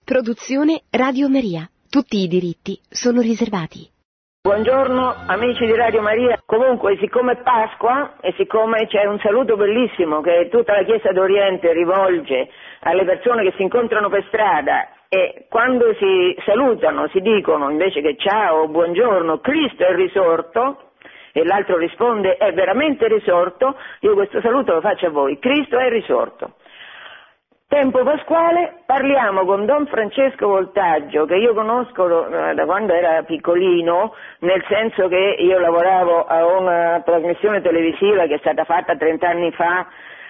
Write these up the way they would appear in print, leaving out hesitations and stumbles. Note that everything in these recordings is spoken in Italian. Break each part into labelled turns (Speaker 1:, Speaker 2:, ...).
Speaker 1: Produzione Radio Maria. Tutti i diritti sono riservati.
Speaker 2: Buongiorno amici di Radio Maria. Comunque, siccome è Pasqua e siccome c'è un saluto bellissimo che tutta la Chiesa d'Oriente rivolge alle persone che si incontrano per strada, e quando si salutano si dicono invece che ciao, buongiorno, Cristo è risorto, e l'altro risponde è veramente risorto, io questo saluto lo faccio a voi: Cristo è risorto. Tempo pasquale, parliamo con Don Francesco Voltaggio, che io conosco da quando era piccolino, nel senso che io lavoravo a una trasmissione televisiva che è stata fatta 30 anni fa,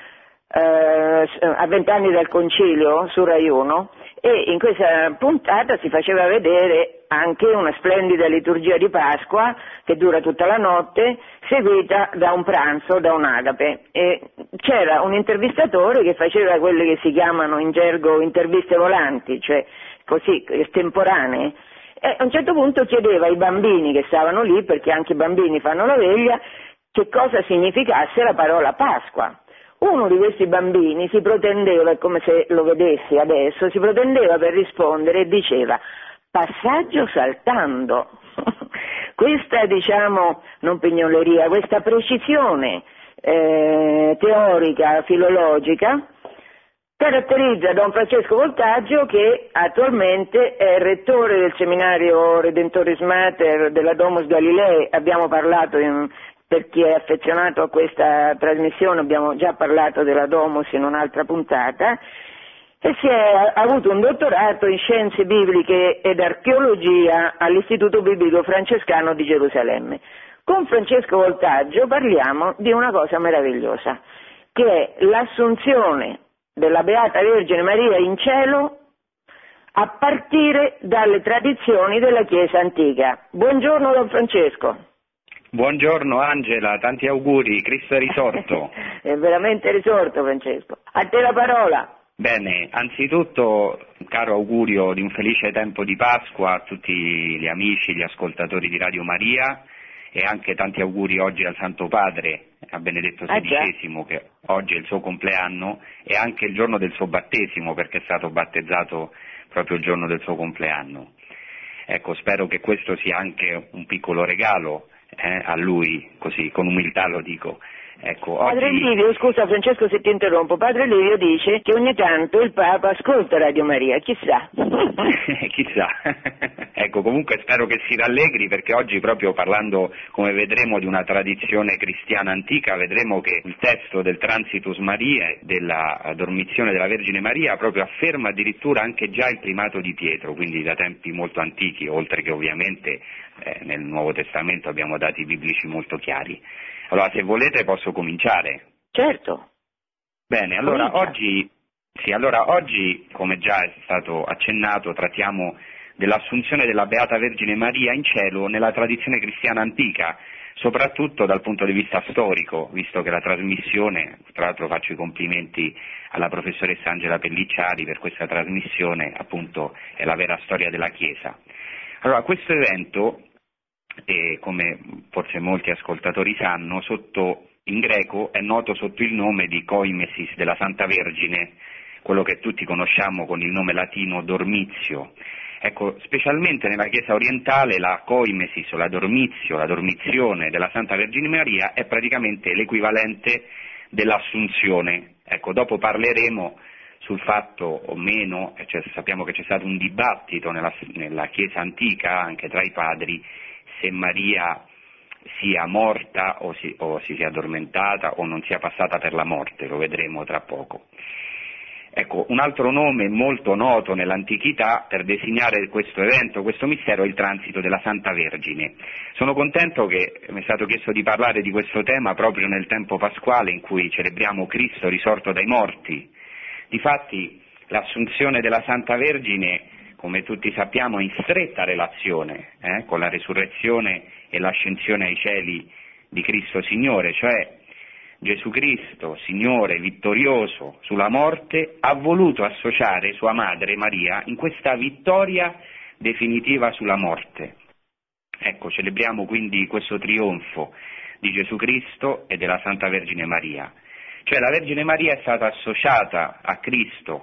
Speaker 2: a 20 anni dal Concilio, su Rai 1, e in questa puntata si faceva vedere anche una splendida liturgia di Pasqua che dura tutta la notte, seguita da un pranzo, da un'agape, e c'era un intervistatore che faceva quelle che si chiamano in gergo interviste volanti, cioè così estemporanee, e a un certo punto chiedeva ai bambini che stavano lì, perché anche i bambini fanno la veglia, che cosa significasse la parola Pasqua. Uno di questi bambini si protendeva, è come se lo vedessi adesso, si protendeva per rispondere e diceva passaggio saltando. Questa, diciamo, non pignoleria, questa precisione teorica, filologica, caratterizza Don Francesco Voltaggio, che attualmente è rettore del seminario Redentoris Mater della Domus Galilei. Abbiamo parlato per chi è affezionato a questa trasmissione, abbiamo già parlato della Domus in un'altra puntata, e ha avuto un dottorato in scienze bibliche ed archeologia all'Istituto Biblico Francescano di Gerusalemme. Con Francesco Voltaggio parliamo di una cosa meravigliosa, che è l'assunzione della Beata Vergine Maria in cielo a partire dalle tradizioni della Chiesa antica. Buongiorno Don Francesco.
Speaker 3: Buongiorno Angela, tanti auguri, Cristo è risorto.
Speaker 2: È veramente risorto, Francesco. A te la parola.
Speaker 3: Bene, anzitutto un caro augurio di un felice tempo di Pasqua a tutti gli amici, gli ascoltatori di Radio Maria, e anche tanti auguri oggi al Santo Padre, a Benedetto XVI, che oggi è il suo compleanno e anche il giorno del suo battesimo, perché è stato battezzato proprio il giorno del suo compleanno. Ecco, spero che questo sia anche un piccolo regalo a lui, così con umiltà lo dico. Ecco,
Speaker 2: Padre Livio, scusa Francesco se ti interrompo, Padre Livio dice che ogni tanto il Papa ascolta Radio Maria, chissà.
Speaker 3: Chissà. Ecco, comunque spero che si rallegri, perché oggi, proprio parlando, come vedremo, di una tradizione cristiana antica, vedremo che il testo del Transitus Mariae, della dormizione della Vergine Maria, proprio afferma addirittura anche già il primato di Pietro, quindi da tempi molto antichi, oltre che ovviamente nel Nuovo Testamento abbiamo dati biblici molto chiari. Allora, se volete posso cominciare.
Speaker 2: Certo.
Speaker 3: Bene, allora oggi, come già è stato accennato, trattiamo dell'assunzione della Beata Vergine Maria in cielo nella tradizione cristiana antica, soprattutto dal punto di vista storico, visto che la trasmissione, tra l'altro faccio i complimenti alla professoressa Angela Pellicciari per questa trasmissione, appunto è la vera storia della Chiesa. Allora, questo evento, come forse molti ascoltatori sanno, in greco è noto sotto il nome di Koimesis della Santa Vergine, quello che tutti conosciamo con il nome latino Dormitio. Ecco, specialmente nella Chiesa orientale la Koimesis o la Dormitio, la dormizione della Santa Vergine Maria è praticamente l'equivalente dell'Assunzione. Ecco, dopo parleremo sul fatto o meno, sappiamo che c'è stato un dibattito nella Chiesa antica, anche tra i padri, se Maria sia morta o si sia addormentata o non sia passata per la morte, lo vedremo tra poco. Ecco, un altro nome molto noto nell'antichità per designare questo evento, questo mistero, è il transito della Santa Vergine. Sono contento che mi è stato chiesto di parlare di questo tema proprio nel tempo pasquale in cui celebriamo Cristo risorto dai morti. Difatti l'assunzione della Santa Vergine, come tutti sappiamo, è in stretta relazione con la resurrezione e l'ascensione ai cieli di Cristo Signore, cioè Gesù Cristo, Signore vittorioso sulla morte, ha voluto associare sua madre Maria in questa vittoria definitiva sulla morte. Ecco, celebriamo quindi questo trionfo di Gesù Cristo e della Santa Vergine Maria. Cioè la Vergine Maria è stata associata a Cristo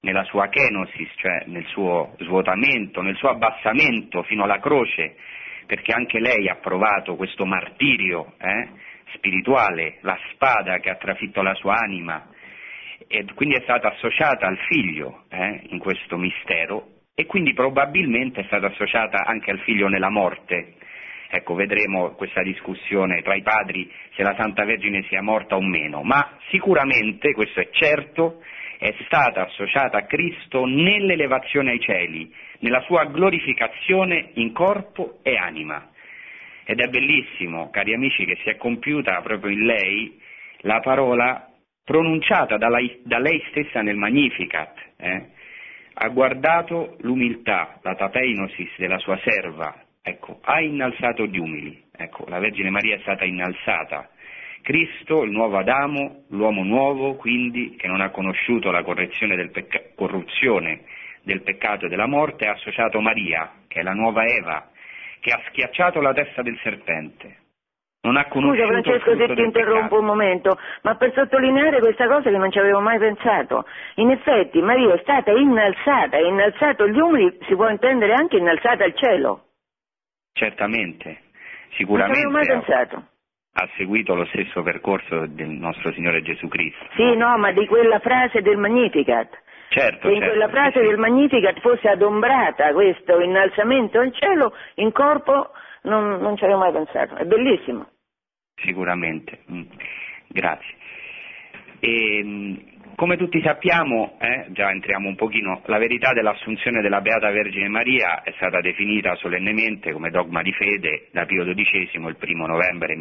Speaker 3: nella sua kenosis, cioè nel suo svuotamento, nel suo abbassamento fino alla croce, perché anche lei ha provato questo martirio spirituale, la spada che ha trafitto la sua anima, e quindi è stata associata al figlio in questo mistero, e quindi probabilmente è stata associata anche al figlio nella morte. Ecco, vedremo questa discussione tra i padri se la Santa Vergine sia morta o meno, ma sicuramente, questo è certo, è stata associata a Cristo nell'elevazione ai cieli, nella sua glorificazione in corpo e anima. Ed è bellissimo, cari amici, che si è compiuta proprio in lei la parola pronunciata da lei stessa nel Magnificat. Ha guardato l'umiltà, la tapeinosis della sua serva, ecco, ha innalzato gli umili, ecco, la Vergine Maria è stata innalzata. Cristo, il nuovo Adamo, l'uomo nuovo, quindi, che non ha conosciuto la corruzione del peccato e della morte, ha associato Maria, che è la nuova Eva, che ha schiacciato la testa del serpente. Non ha conosciuto.
Speaker 2: Scusa Francesco se ti interrompo un momento, ma per sottolineare questa cosa che non ci avevo mai pensato, in effetti Maria è stata innalzata, e innalzato gli umili si può intendere anche innalzata al cielo.
Speaker 3: Certamente, sicuramente.
Speaker 2: Non ci avevo mai pensato.
Speaker 3: Ha seguito lo stesso percorso del nostro Signore Gesù Cristo.
Speaker 2: Sì, no, ma di quella frase del Magnificat.
Speaker 3: Certo,
Speaker 2: che in quella frase del Magnificat fosse adombrata questo innalzamento al cielo, in corpo non ci avevo mai pensato. È bellissimo.
Speaker 3: Sicuramente, grazie. Come tutti sappiamo, già entriamo un pochino, la verità dell'assunzione della Beata Vergine Maria è stata definita solennemente come dogma di fede da Pio XII il 1 novembre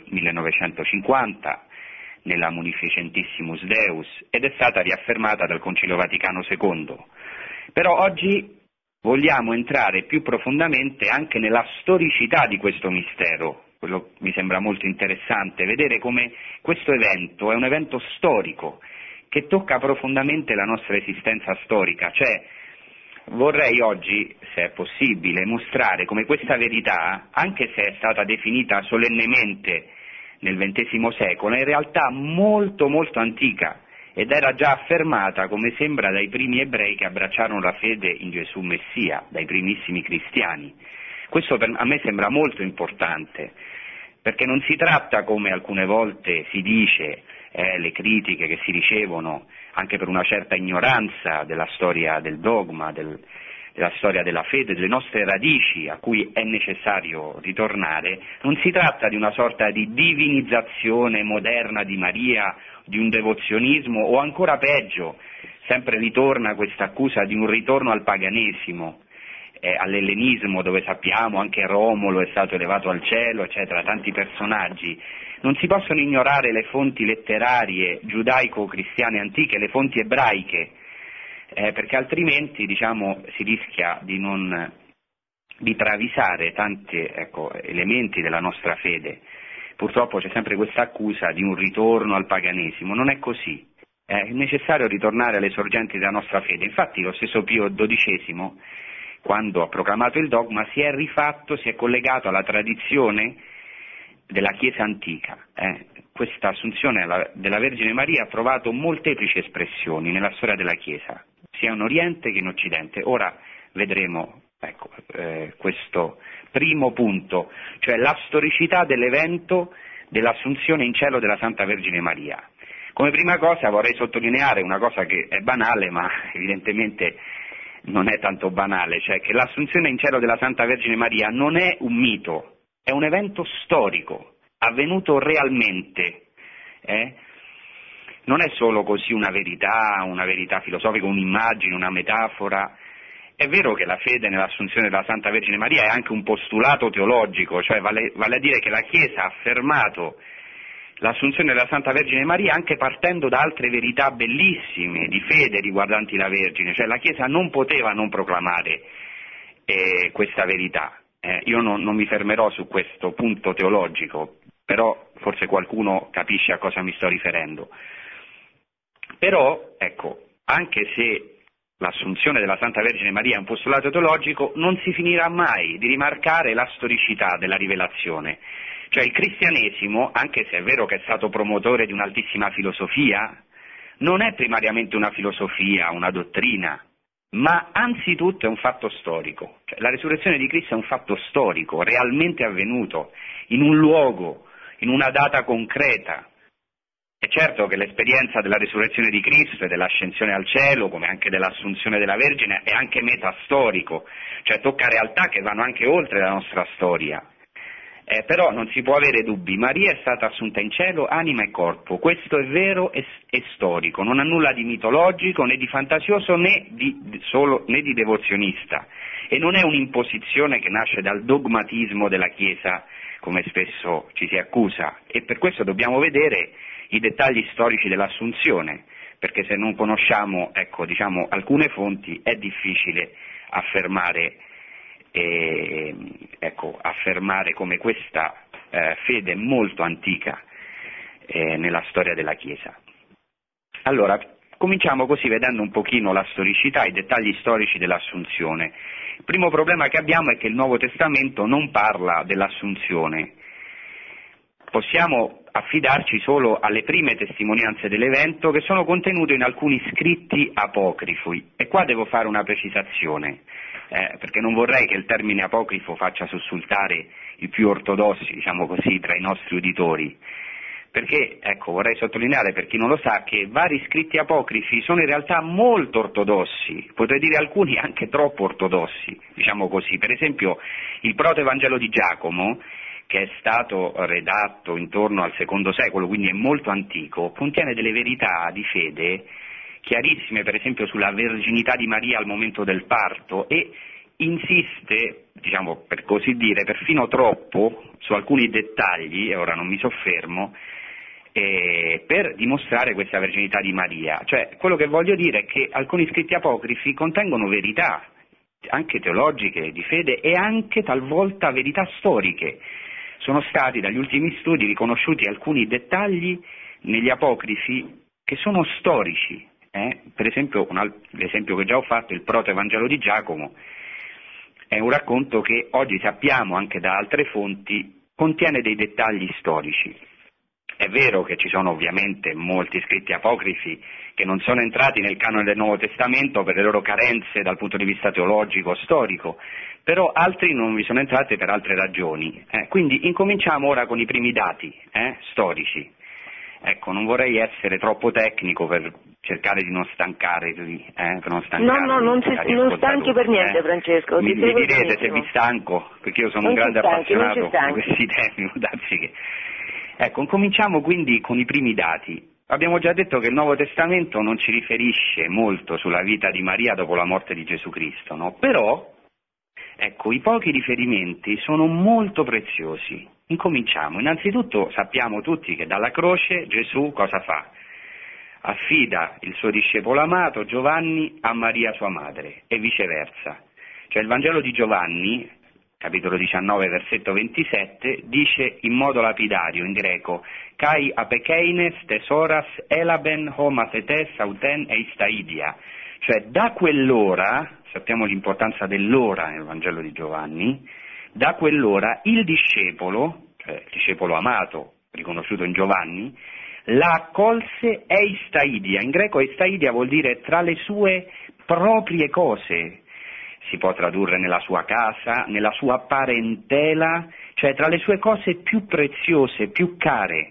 Speaker 3: 1950 nella Munificentissimus Deus ed è stata riaffermata dal Concilio Vaticano II. Però oggi vogliamo entrare più profondamente anche nella storicità di questo mistero. Quello mi sembra molto interessante, vedere come questo evento è un evento storico che tocca profondamente la nostra esistenza storica, cioè vorrei oggi, se è possibile, mostrare come questa verità, anche se è stata definita solennemente nel XX secolo, è in realtà molto molto antica ed era già affermata, come sembra, dai primi ebrei che abbracciarono la fede in Gesù Messia, dai primissimi cristiani. Questo a me sembra molto importante, perché non si tratta, come alcune volte si dice, le critiche che si ricevono anche per una certa ignoranza della storia del dogma, della storia della fede, delle nostre radici a cui è necessario ritornare, non si tratta di una sorta di divinizzazione moderna di Maria, di un devozionismo o ancora peggio, sempre ritorna questa accusa di un ritorno al paganesimo, all'ellenismo, dove sappiamo anche Romolo è stato elevato al cielo, eccetera, tanti personaggi. Non si possono ignorare le fonti letterarie giudaico-cristiane antiche, le fonti ebraiche, perché altrimenti si rischia di travisare tanti elementi della nostra fede. Purtroppo c'è sempre questa accusa di un ritorno al paganesimo, non è così, è necessario ritornare alle sorgenti della nostra fede. Infatti lo stesso Pio XII, quando ha proclamato il dogma, si è rifatto, si è collegato alla tradizione della Chiesa antica. Questa assunzione della Vergine Maria ha trovato molteplici espressioni nella storia della Chiesa, sia in Oriente che in Occidente. Ora vedremo questo primo punto, cioè la storicità dell'evento dell'assunzione in cielo della Santa Vergine Maria. Come prima cosa vorrei sottolineare una cosa che è banale, ma evidentemente non è tanto banale, cioè che l'assunzione in cielo della Santa Vergine Maria non è un mito, è un evento storico, avvenuto realmente. Non è solo così una verità filosofica, un'immagine, una metafora. È vero che la fede nell'assunzione della Santa Vergine Maria è anche un postulato teologico, cioè vale a dire che la Chiesa ha affermato l'assunzione della Santa Vergine Maria anche partendo da altre verità bellissime di fede riguardanti la Vergine, cioè la Chiesa non poteva non proclamare questa verità. Io non mi fermerò su questo punto teologico, però forse qualcuno capisce a cosa mi sto riferendo. Però, anche se l'assunzione della Santa Vergine Maria è un postulato teologico, non si finirà mai di rimarcare la storicità della rivelazione. Cioè il cristianesimo, anche se è vero che è stato promotore di un'altissima filosofia, non è primariamente una filosofia, una dottrina, ma anzitutto è un fatto storico. Cioè, la resurrezione di Cristo è un fatto storico, realmente avvenuto, in un luogo, in una data concreta. È certo che l'esperienza della resurrezione di Cristo e dell'ascensione al cielo, come anche dell'assunzione della Vergine, è anche metastorico, cioè tocca realtà che vanno anche oltre la nostra storia. Però non si può avere dubbi, Maria è stata assunta in cielo anima e corpo, questo è vero e storico, non ha nulla di mitologico né di fantasioso né di devozionista, e non è un'imposizione che nasce dal dogmatismo della Chiesa, come spesso ci si accusa, e per questo dobbiamo vedere i dettagli storici dell'assunzione, perché se non conosciamo alcune fonti è difficile affermare come questa fede molto antica nella storia della Chiesa. Allora, cominciamo così vedendo un pochino la storicità, i dettagli storici dell'Assunzione. Il primo problema che abbiamo è che il Nuovo Testamento non parla dell'Assunzione. Possiamo affidarci solo alle prime testimonianze dell'evento che sono contenute in alcuni scritti apocrifi, e qua devo fare una precisazione. Perché non vorrei che il termine apocrifo faccia sussultare i più ortodossi, diciamo così, tra i nostri uditori, perché, vorrei sottolineare per chi non lo sa che vari scritti apocrifi sono in realtà molto ortodossi, potrei dire alcuni anche troppo ortodossi, diciamo così. Per esempio il Protoevangelo di Giacomo, che è stato redatto intorno al II secolo, quindi è molto antico, contiene delle verità di fede chiarissime, per esempio sulla verginità di Maria al momento del parto, e insiste, per così dire, perfino troppo su alcuni dettagli, e ora non mi soffermo, per dimostrare questa verginità di Maria. Cioè, quello che voglio dire è che alcuni scritti apocrifi contengono verità, anche teologiche, di fede, e anche talvolta verità storiche. Sono stati dagli ultimi studi riconosciuti alcuni dettagli negli apocrifi che sono storici. Per esempio, l'esempio che già ho fatto, il Protoevangelo di Giacomo, è un racconto che oggi sappiamo anche da altre fonti contiene dei dettagli storici. È vero che ci sono ovviamente molti scritti apocrifi che non sono entrati nel canone del Nuovo Testamento per le loro carenze dal punto di vista teologico, storico, però altri non vi sono entrati per altre ragioni. Quindi incominciamo ora con i primi dati storici. Non vorrei essere troppo tecnico per cercare di non stancare, per non stancare.
Speaker 2: No, non stanchi per niente, Francesco.
Speaker 3: Mi direte se vi stanco, perché io sono un grande appassionato di questi temi, darsi che... Cominciamo quindi con i primi dati. Abbiamo già detto che il Nuovo Testamento non ci riferisce molto sulla vita di Maria dopo la morte di Gesù Cristo, no? Però, i pochi riferimenti sono molto preziosi. Incominciamo. Innanzitutto sappiamo tutti che dalla croce Gesù cosa fa? Affida il suo discepolo amato Giovanni a Maria sua madre e viceversa. Cioè il Vangelo di Giovanni, capitolo 19, versetto 27, dice in modo lapidario in greco «Kai apekeines tesoras elaben homathetes auten eistaidia», cioè da quell'ora, sappiamo l'importanza dell'ora nel Vangelo di Giovanni, da quell'ora il discepolo, cioè il discepolo amato, riconosciuto in Giovanni, la accolse eistaidia. In greco eistaidia vuol dire tra le sue proprie cose, si può tradurre nella sua casa, nella sua parentela, cioè tra le sue cose più preziose, più care.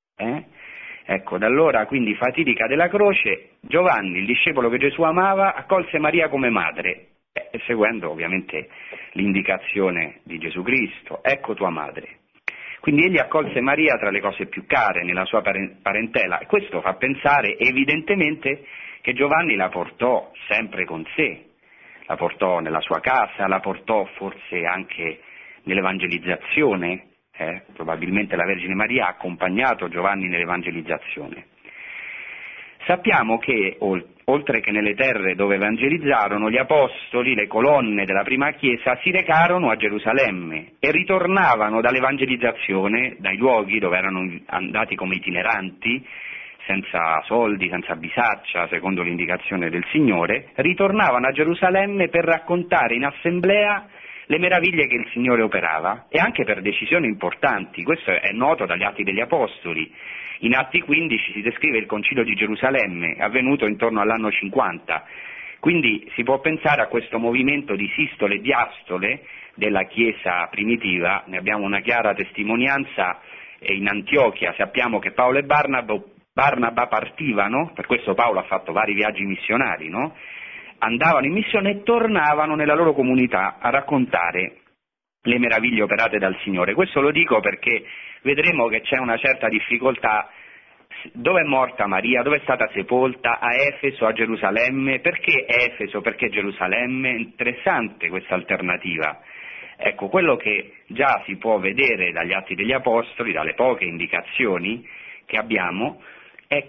Speaker 3: Da allora, quindi fatidica della croce, Giovanni, il discepolo che Gesù amava, accolse Maria come madre, seguendo ovviamente l'indicazione di Gesù Cristo, ecco tua madre. Quindi egli accolse Maria tra le cose più care, nella sua parentela, e questo fa pensare evidentemente che Giovanni la portò sempre con sé, la portò nella sua casa, la portò forse anche nell'evangelizzazione, probabilmente la Vergine Maria ha accompagnato Giovanni nell'evangelizzazione. Sappiamo che, oltre che nelle terre dove evangelizzarono, gli apostoli, le colonne della prima Chiesa, si recarono a Gerusalemme e ritornavano dall'evangelizzazione, dai luoghi dove erano andati come itineranti, senza soldi, senza bisaccia, secondo l'indicazione del Signore, ritornavano a Gerusalemme per raccontare in assemblea le meraviglie che il Signore operava, e anche per decisioni importanti. Questo è noto dagli Atti degli Apostoli, In Atti 15 si descrive il Concilio di Gerusalemme, avvenuto intorno all'anno 50. Quindi si può pensare a questo movimento di sistole e diastole della Chiesa primitiva. Ne abbiamo una chiara testimonianza in Antiochia. Sappiamo che Paolo e Barnaba partivano, per questo Paolo ha fatto vari viaggi missionari, no? Andavano in missione e tornavano nella loro comunità a raccontare le meraviglie operate dal Signore. Questo lo dico perché vedremo che c'è una certa difficoltà. Dove è morta Maria? Dove è stata sepolta? A Efeso, a Gerusalemme? Perché Efeso? Perché Gerusalemme? Interessante questa alternativa. Ecco, quello che già si può vedere dagli Atti degli Apostoli, dalle poche indicazioni che abbiamo, è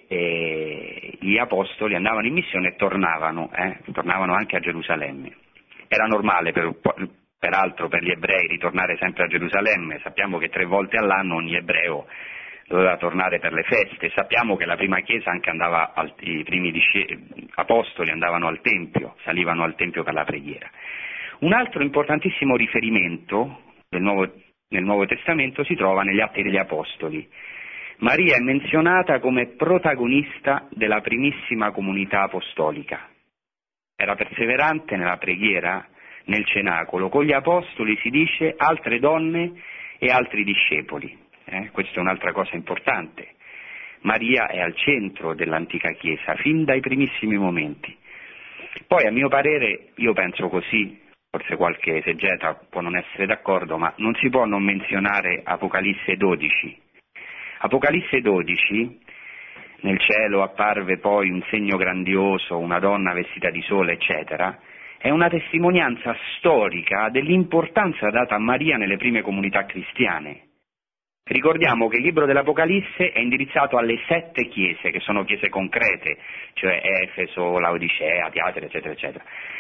Speaker 3: che gli Apostoli andavano in missione e tornavano anche a Gerusalemme. Era normale peraltro per gli ebrei ritornare sempre a Gerusalemme. Sappiamo che 3 volte all'anno ogni ebreo doveva tornare per le feste. Sappiamo che la prima Chiesa anche i primi apostoli andavano al Tempio, salivano al Tempio per la preghiera. Un altro importantissimo riferimento nel Nuovo Testamento si trova negli Atti degli Apostoli. Maria è menzionata come protagonista della primissima comunità apostolica. Era perseverante nella preghiera, nel cenacolo. Con gli apostoli si dice altre donne e altri discepoli. Questa è un'altra cosa importante. Maria è al centro dell'antica Chiesa, fin dai primissimi momenti. Poi, a mio parere, io penso così, forse qualche esegeta può non essere d'accordo, ma non si può non menzionare Apocalisse 12. Apocalisse 12, nel cielo apparve poi un segno grandioso, una donna vestita di sole, eccetera, è una testimonianza storica dell'importanza data a Maria nelle prime comunità cristiane. Ricordiamo che il libro dell'Apocalisse è indirizzato alle 7 chiese, che sono chiese concrete, cioè Efeso, Laodicea, Tiatira, eccetera, eccetera.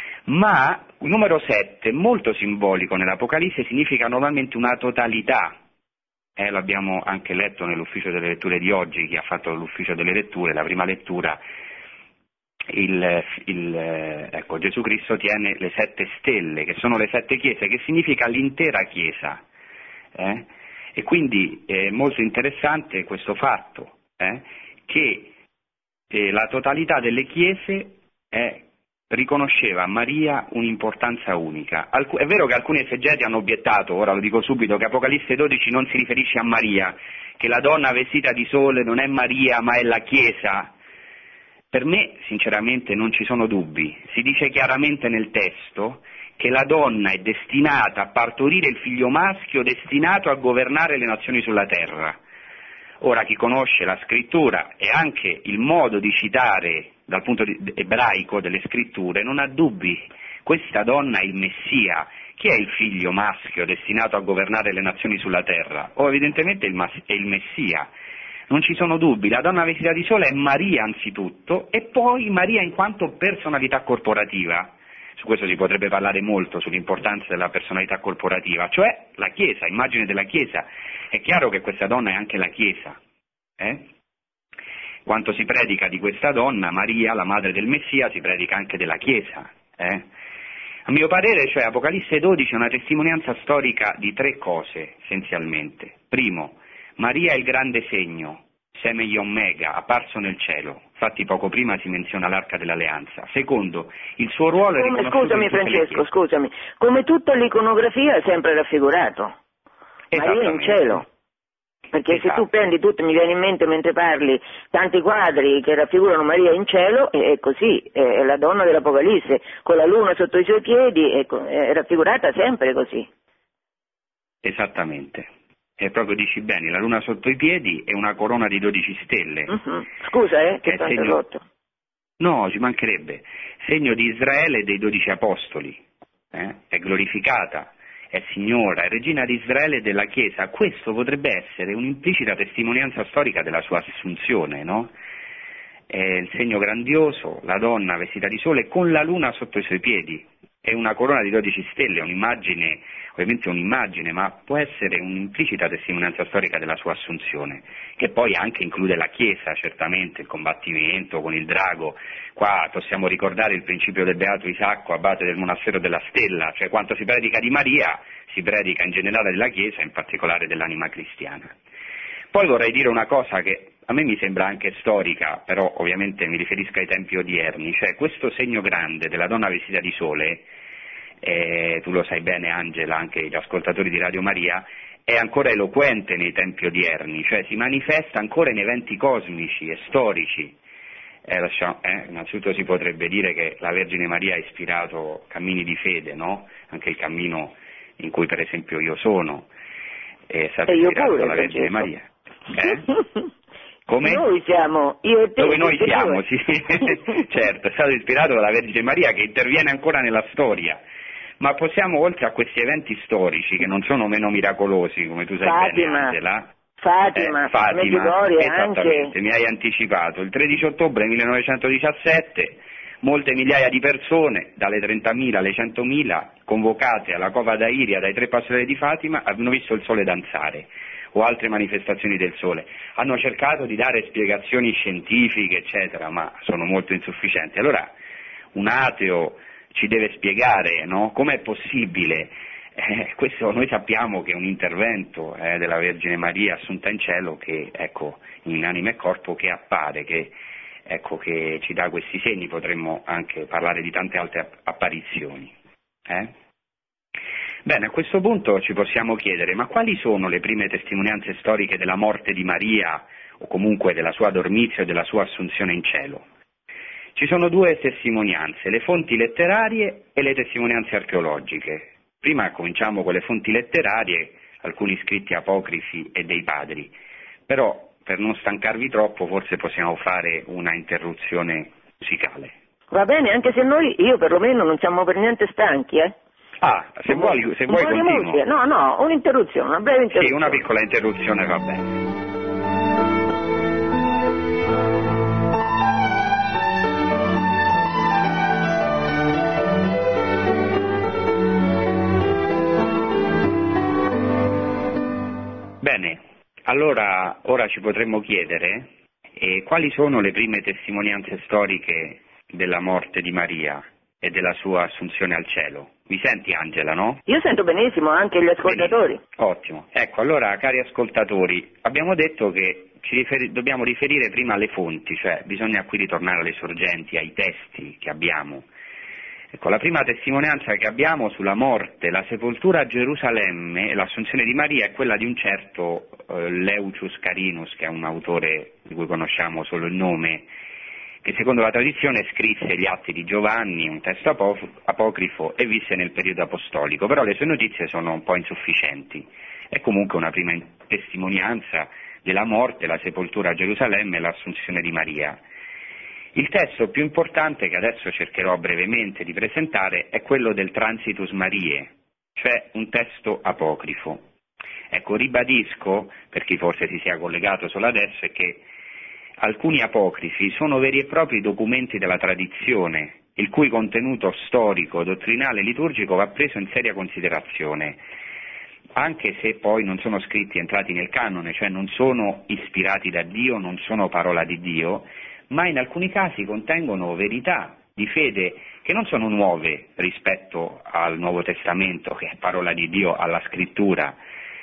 Speaker 3: Ma il numero 7, molto simbolico nell'Apocalisse, significa normalmente una totalità. L'abbiamo anche letto nell'ufficio delle letture di oggi. Chi ha fatto l'ufficio delle letture, la prima lettura, Gesù Cristo tiene le 7 stelle, che sono le 7 chiese, che significa l'intera Chiesa. E quindi è molto interessante questo fatto, che la totalità delle chiese riconosceva a Maria un'importanza unica. È vero che alcuni esegeti hanno obiettato, ora lo dico subito, che Apocalisse 12 non si riferisce a Maria, che la donna vestita di sole non è Maria ma è la Chiesa. Per me, sinceramente, non ci sono dubbi. Si dice chiaramente nel testo che la donna è destinata a partorire il figlio maschio destinato a governare le nazioni sulla terra. Ora, chi conosce la scrittura e anche il modo di citare dal punto ebraico delle scritture non ha dubbi. Questa donna è il Messia. Chi è il figlio maschio destinato a governare le nazioni sulla terra? Evidentemente è il Messia. Non ci sono dubbi. La donna vestita di sole è Maria anzitutto, e poi Maria in quanto personalità corporativa. Su questo si potrebbe parlare molto, sull'importanza della personalità corporativa, cioè la Chiesa, immagine della Chiesa. È chiaro che questa donna è anche la Chiesa. Quanto si predica di questa donna, Maria, la madre del Messia, si predica anche della Chiesa. A mio parere, cioè, Apocalisse 12 è una testimonianza storica di 3 cose, essenzialmente. Primo, Maria è il grande segno, Seme Omega, apparso nel cielo. Infatti poco prima si menziona l'Arca dell'Alleanza. Secondo, il suo ruolo è riconosciuto.
Speaker 2: Scusami Francesco, scusami. Come tutta l'iconografia è sempre raffigurato. Maria in cielo. Perché se tu prendi tutto, mi viene in mente mentre parli, tanti quadri che raffigurano Maria in cielo, è così, è la donna dell'Apocalisse, con la luna sotto i suoi piedi, è raffigurata sempre così.
Speaker 3: Esattamente. E proprio dici bene, la luna sotto i piedi è una corona di 12 stelle.
Speaker 2: Scusa, che t'ho interrotto.
Speaker 3: No, ci mancherebbe. Segno di Israele e dei 12 apostoli. È glorificata, è signora, è regina di Israele e della Chiesa. Questo potrebbe essere un'implicita testimonianza storica della sua assunzione, no? È il segno grandioso, la donna vestita di sole con la luna sotto i suoi piedi. È una corona di 12 stelle, un'immagine, ovviamente un'immagine, ma può essere un'implicita testimonianza storica della sua assunzione, che poi anche include la Chiesa, certamente, il combattimento con il drago. Qua possiamo ricordare il principio del Beato Isacco, abate del monastero della Stella, cioè quanto si predica di Maria, si predica in generale della Chiesa, in particolare dell'anima cristiana. Poi vorrei dire una cosa che a me mi sembra anche storica, però ovviamente mi riferisco ai tempi odierni, cioè questo segno grande della donna vestita di sole, tu lo sai bene Angela, anche gli ascoltatori di Radio Maria, è ancora eloquente nei tempi odierni, cioè si manifesta ancora in eventi cosmici e storici. Innanzitutto si potrebbe dire che la Vergine Maria ha ispirato cammini di fede, no? Anche il cammino in cui per esempio io sono è stato ispirato dalla Vergine Maria. Come?
Speaker 2: Noi siamo, io e te.
Speaker 3: Dove noi siamo, sì, certo, è stato ispirato dalla Vergine Maria che interviene ancora nella storia. Ma possiamo, oltre a questi eventi storici, che non sono meno miracolosi, come tu sai bene, Angela,
Speaker 2: Fatima,
Speaker 3: esattamente,
Speaker 2: anche.
Speaker 3: mi hai anticipato. Il 13 ottobre 1917, molte migliaia di persone, dalle 30.000 alle 100.000, convocate alla Cova d'Airia dai 3 pastori di Fatima, hanno visto il sole danzare o altre manifestazioni del sole. Hanno cercato di dare spiegazioni scientifiche, eccetera, ma sono molto insufficienti. Allora, un ateo ci deve spiegare, no? Com'è possibile? Questo noi sappiamo che è un intervento della Vergine Maria assunta in cielo, che ecco, in anima e corpo, che appare, che ci dà questi segni. Potremmo anche parlare di tante altre apparizioni. Bene, a questo punto ci possiamo chiedere, ma quali sono le prime testimonianze storiche della morte di Maria, o comunque della sua dormizia e della sua assunzione in cielo? Ci sono 2 testimonianze, le fonti letterarie e le testimonianze archeologiche. Prima cominciamo con le fonti letterarie, alcuni scritti apocrifi e dei padri, però per non stancarvi troppo forse possiamo fare una interruzione musicale.
Speaker 2: Va bene, anche se io perlomeno non siamo per niente stanchi,
Speaker 3: se vuoi continuo.
Speaker 2: No, un'interruzione, una breve interruzione.
Speaker 3: Sì, una piccola interruzione va bene. Bene, allora ora ci potremmo chiedere quali sono le prime testimonianze storiche della morte di Maria e della sua assunzione al cielo. Mi senti Angela, no?
Speaker 2: Io sento benissimo, anche gli ascoltatori.
Speaker 3: Benissimo. Ottimo. Ecco, allora cari ascoltatori, abbiamo detto che dobbiamo riferire prima alle fonti, cioè bisogna qui ritornare alle sorgenti, ai testi che abbiamo. Ecco, la prima testimonianza che abbiamo sulla morte, la sepoltura a Gerusalemme e l'assunzione di Maria è quella di un certo Leucius Carinus, che è un autore di cui conosciamo solo il nome, che secondo la tradizione scrisse gli Atti di Giovanni, un testo apocrifo, e visse nel periodo apostolico, però le sue notizie sono un po' insufficienti. È comunque una prima testimonianza della morte, la sepoltura a Gerusalemme e l'assunzione di Maria. Il testo più importante, che adesso cercherò brevemente di presentare, è quello del Transitus Mariae, cioè un testo apocrifo. Ecco, ribadisco, per chi forse si sia collegato solo adesso, è che alcuni apocrifi sono veri e propri documenti della tradizione, il cui contenuto storico, dottrinale e liturgico va preso in seria considerazione, anche se poi non sono scritti entrati nel canone, cioè non sono ispirati da Dio, non sono parola di Dio, ma in alcuni casi contengono verità di fede che non sono nuove rispetto al Nuovo Testamento, che è parola di Dio, alla Scrittura,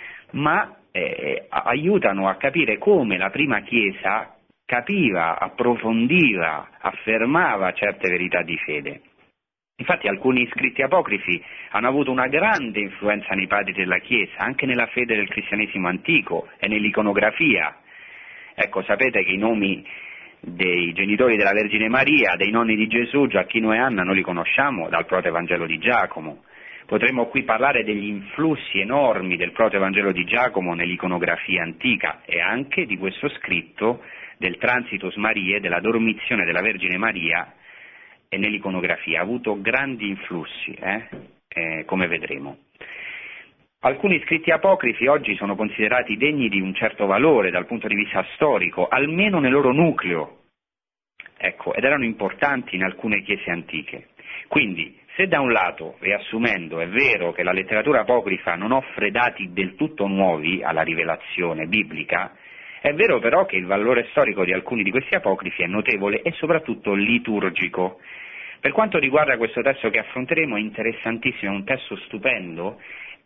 Speaker 3: ma aiutano a capire come la prima Chiesa capiva, approfondiva, affermava certe verità di fede. Infatti alcuni scritti apocrifi hanno avuto una grande influenza nei padri della Chiesa, anche nella fede del cristianesimo antico e nell'iconografia. Ecco, sapete che i nomi dei genitori della Vergine Maria, dei nonni di Gesù, Giacchino e Anna, noi li conosciamo dal Protoevangelo di Giacomo. Potremmo qui parlare degli influssi enormi del Protoevangelo di Giacomo nell'iconografia antica e anche di questo scritto del Transitus Mariae, della dormizione della Vergine Maria, e nell'iconografia. Ha avuto grandi influssi, come vedremo. Alcuni scritti apocrifi oggi sono considerati degni di un certo valore dal punto di vista storico, almeno nel loro nucleo, ed erano importanti in alcune chiese antiche. Quindi, se da un lato, riassumendo, è vero che la letteratura apocrifa non offre dati del tutto nuovi alla rivelazione biblica, è vero però che il valore storico di alcuni di questi apocrifi è notevole e soprattutto liturgico. Per quanto riguarda questo testo che affronteremo, è interessantissimo, è un testo stupendo,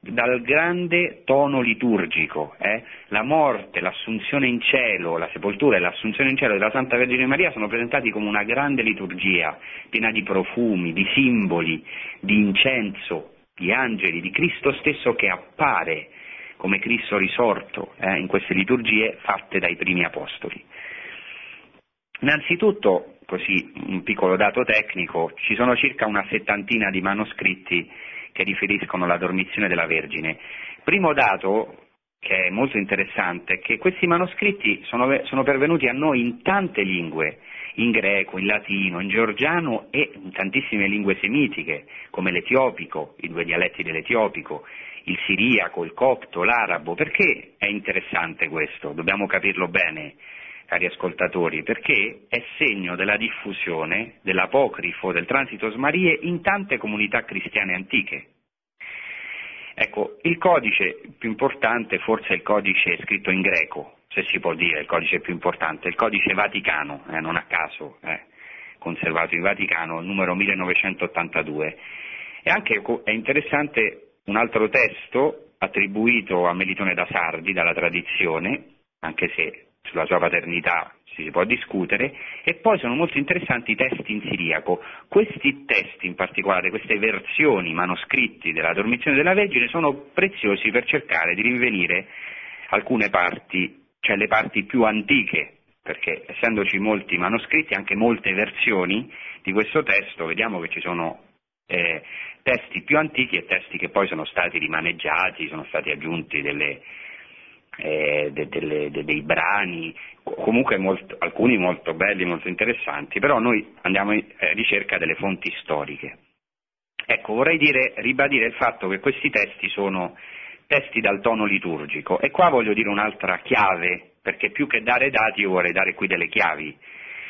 Speaker 3: dal grande tono liturgico. La morte, l'assunzione in cielo, la sepoltura e l'assunzione in cielo della Santa Vergine Maria sono presentati come una grande liturgia, piena di profumi, di simboli, di incenso, di angeli, di Cristo stesso che appare come Cristo risorto in queste liturgie fatte dai primi apostoli. Innanzitutto, così un piccolo dato tecnico, ci sono circa una 70 di manoscritti che riferiscono la dormizione della Vergine. Primo dato, che è molto interessante, è che questi manoscritti sono pervenuti a noi in tante lingue, in greco, in latino, in georgiano e in tantissime lingue semitiche, come l'etiopico, i 2 dialetti dell'etiopico, il siriaco, il copto, l'arabo. Perché è interessante questo? Dobbiamo capirlo bene, cari ascoltatori, perché è segno della diffusione dell'apocrifo del Transitus Mariae in tante comunità cristiane antiche. Ecco, il codice più importante forse è il codice scritto in greco, se si può dire il codice più importante, il codice Vaticano, non a caso, conservato in Vaticano, il numero 1982. E anche è interessante un altro testo attribuito a Melitone da Sardi dalla tradizione, anche se sulla sua paternità si può discutere, e poi sono molto interessanti i testi in siriaco. Questi testi in particolare, queste versioni manoscritti della dormizione della Vergine sono preziosi per cercare di rinvenire alcune parti, cioè le parti più antiche, perché essendoci molti manoscritti, anche molte versioni di questo testo, vediamo che ci sono testi più antichi e testi che poi sono stati rimaneggiati, sono stati aggiunti dei brani, comunque alcuni molto belli, molto interessanti, però noi andiamo in ricerca delle fonti storiche. Ecco, vorrei ribadire il fatto che questi testi sono testi dal tono liturgico, e qua voglio dire un'altra chiave, perché più che dare dati io vorrei dare qui delle chiavi.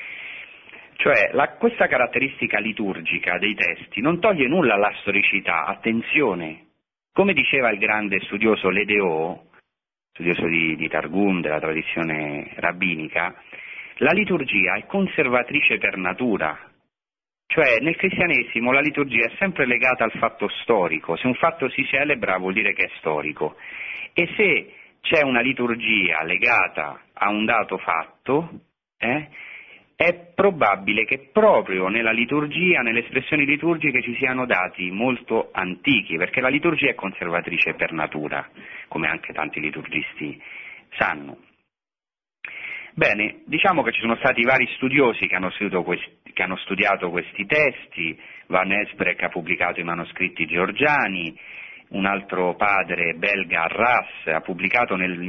Speaker 3: Cioè, questa caratteristica liturgica dei testi non toglie nulla alla storicità, attenzione. Come diceva il grande studioso Ledeo, studioso di Targum, della tradizione rabbinica, la liturgia è conservatrice per natura. Cioè, nel cristianesimo la liturgia è sempre legata al fatto storico. Se un fatto si celebra vuol dire che è storico. E se c'è una liturgia legata a un dato fatto, è probabile che proprio nella liturgia, nelle espressioni liturgiche ci siano dati molto antichi, perché la liturgia è conservatrice per natura, come anche tanti liturgisti sanno. Bene, diciamo che ci sono stati vari studiosi che hanno studiato questi testi. Van Esbrecht ha pubblicato i manoscritti georgiani, un altro padre belga, Arras, ha pubblicato nel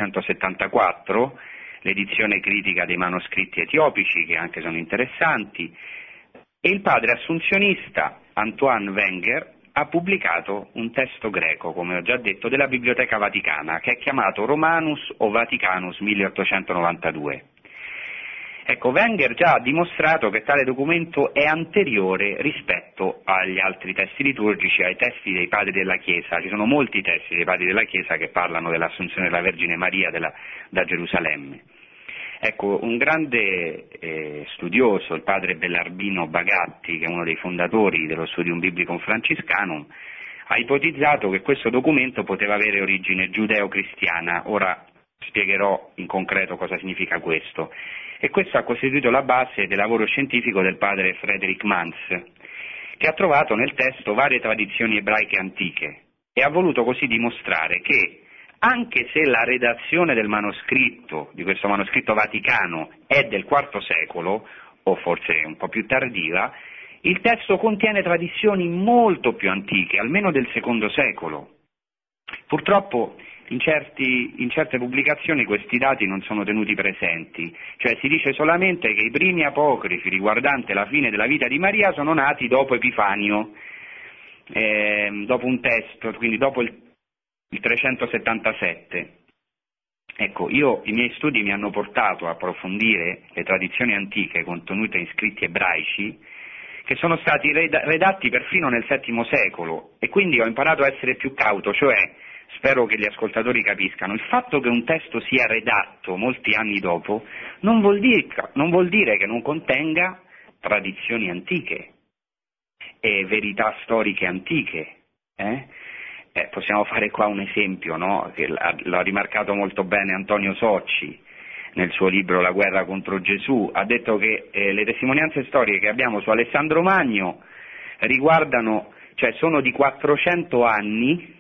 Speaker 3: 1974 l'edizione critica dei manoscritti etiopici, che anche sono interessanti, e il padre assunzionista Antoine Wenger ha pubblicato un testo greco, come ho già detto, della Biblioteca Vaticana, che è chiamato Romanus o Vaticanus 1892. Ecco, Wenger già ha dimostrato che tale documento è anteriore rispetto agli altri testi liturgici, ai testi dei padri della Chiesa. Ci sono molti testi dei padri della Chiesa che parlano dell'assunzione della Vergine Maria da Gerusalemme. Ecco, un grande studioso, il padre Bellarmino Bagatti, che è uno dei fondatori dello Studium Biblicum Franciscanum, ha ipotizzato che questo documento poteva avere origine giudeo-cristiana. Ora spiegherò in concreto cosa significa questo. E questo ha costituito la base del lavoro scientifico del padre Frederick Mans, che ha trovato nel testo varie tradizioni ebraiche antiche e ha voluto così dimostrare che, anche se la redazione del manoscritto, di questo manoscritto vaticano, è del IV secolo, o forse un po' più tardiva, il testo contiene tradizioni molto più antiche, almeno del II secolo. Purtroppo in certe pubblicazioni questi dati non sono tenuti presenti, cioè si dice solamente che i primi apocrifi riguardanti la fine della vita di Maria sono nati dopo Epifanio, dopo un testo, quindi dopo il 377. Ecco, i miei studi mi hanno portato a approfondire le tradizioni antiche contenute in scritti ebraici che sono stati redatti perfino nel VII secolo, e quindi ho imparato a essere più cauto, cioè, spero che gli ascoltatori capiscano, il fatto che un testo sia redatto molti anni dopo non vuol dire che non contenga tradizioni antiche e verità storiche antiche. possiamo fare qua un esempio, no? Che l'ha rimarcato molto bene Antonio Socci nel suo libro La guerra contro Gesù. Ha detto che le testimonianze storiche che abbiamo su Alessandro Magno riguardano, cioè sono di 400 anni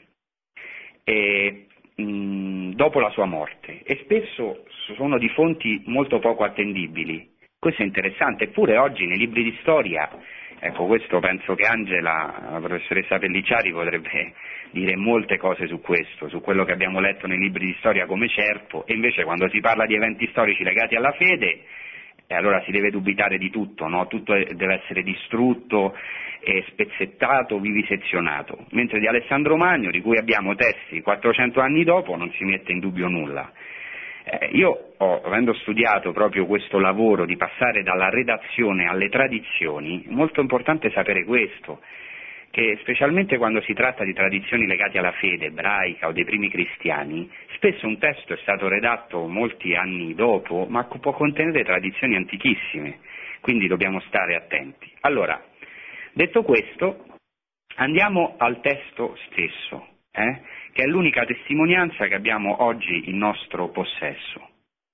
Speaker 3: dopo la sua morte, e spesso sono di fonti molto poco attendibili. Questo è interessante, eppure oggi nei libri di storia, ecco, questo penso che Angela, la professoressa Pellicciari, potrebbe dire molte cose su questo, su quello che abbiamo letto nei libri di storia come certo, e invece quando si parla di eventi storici legati alla fede, allora si deve dubitare di tutto, no? Tutto deve essere distrutto, spezzettato, vivisezionato, mentre di Alessandro Magno, di cui abbiamo testi 400 anni dopo, non si mette in dubbio nulla. Io avendo studiato proprio questo lavoro di passare dalla redazione alle tradizioni, è molto importante sapere questo, che specialmente quando si tratta di tradizioni legate alla fede ebraica o dei primi cristiani, spesso un testo è stato redatto molti anni dopo, ma può contenere tradizioni antichissime, quindi dobbiamo stare attenti. Allora, detto questo, andiamo al testo stesso, che è l'unica testimonianza che abbiamo oggi in nostro possesso.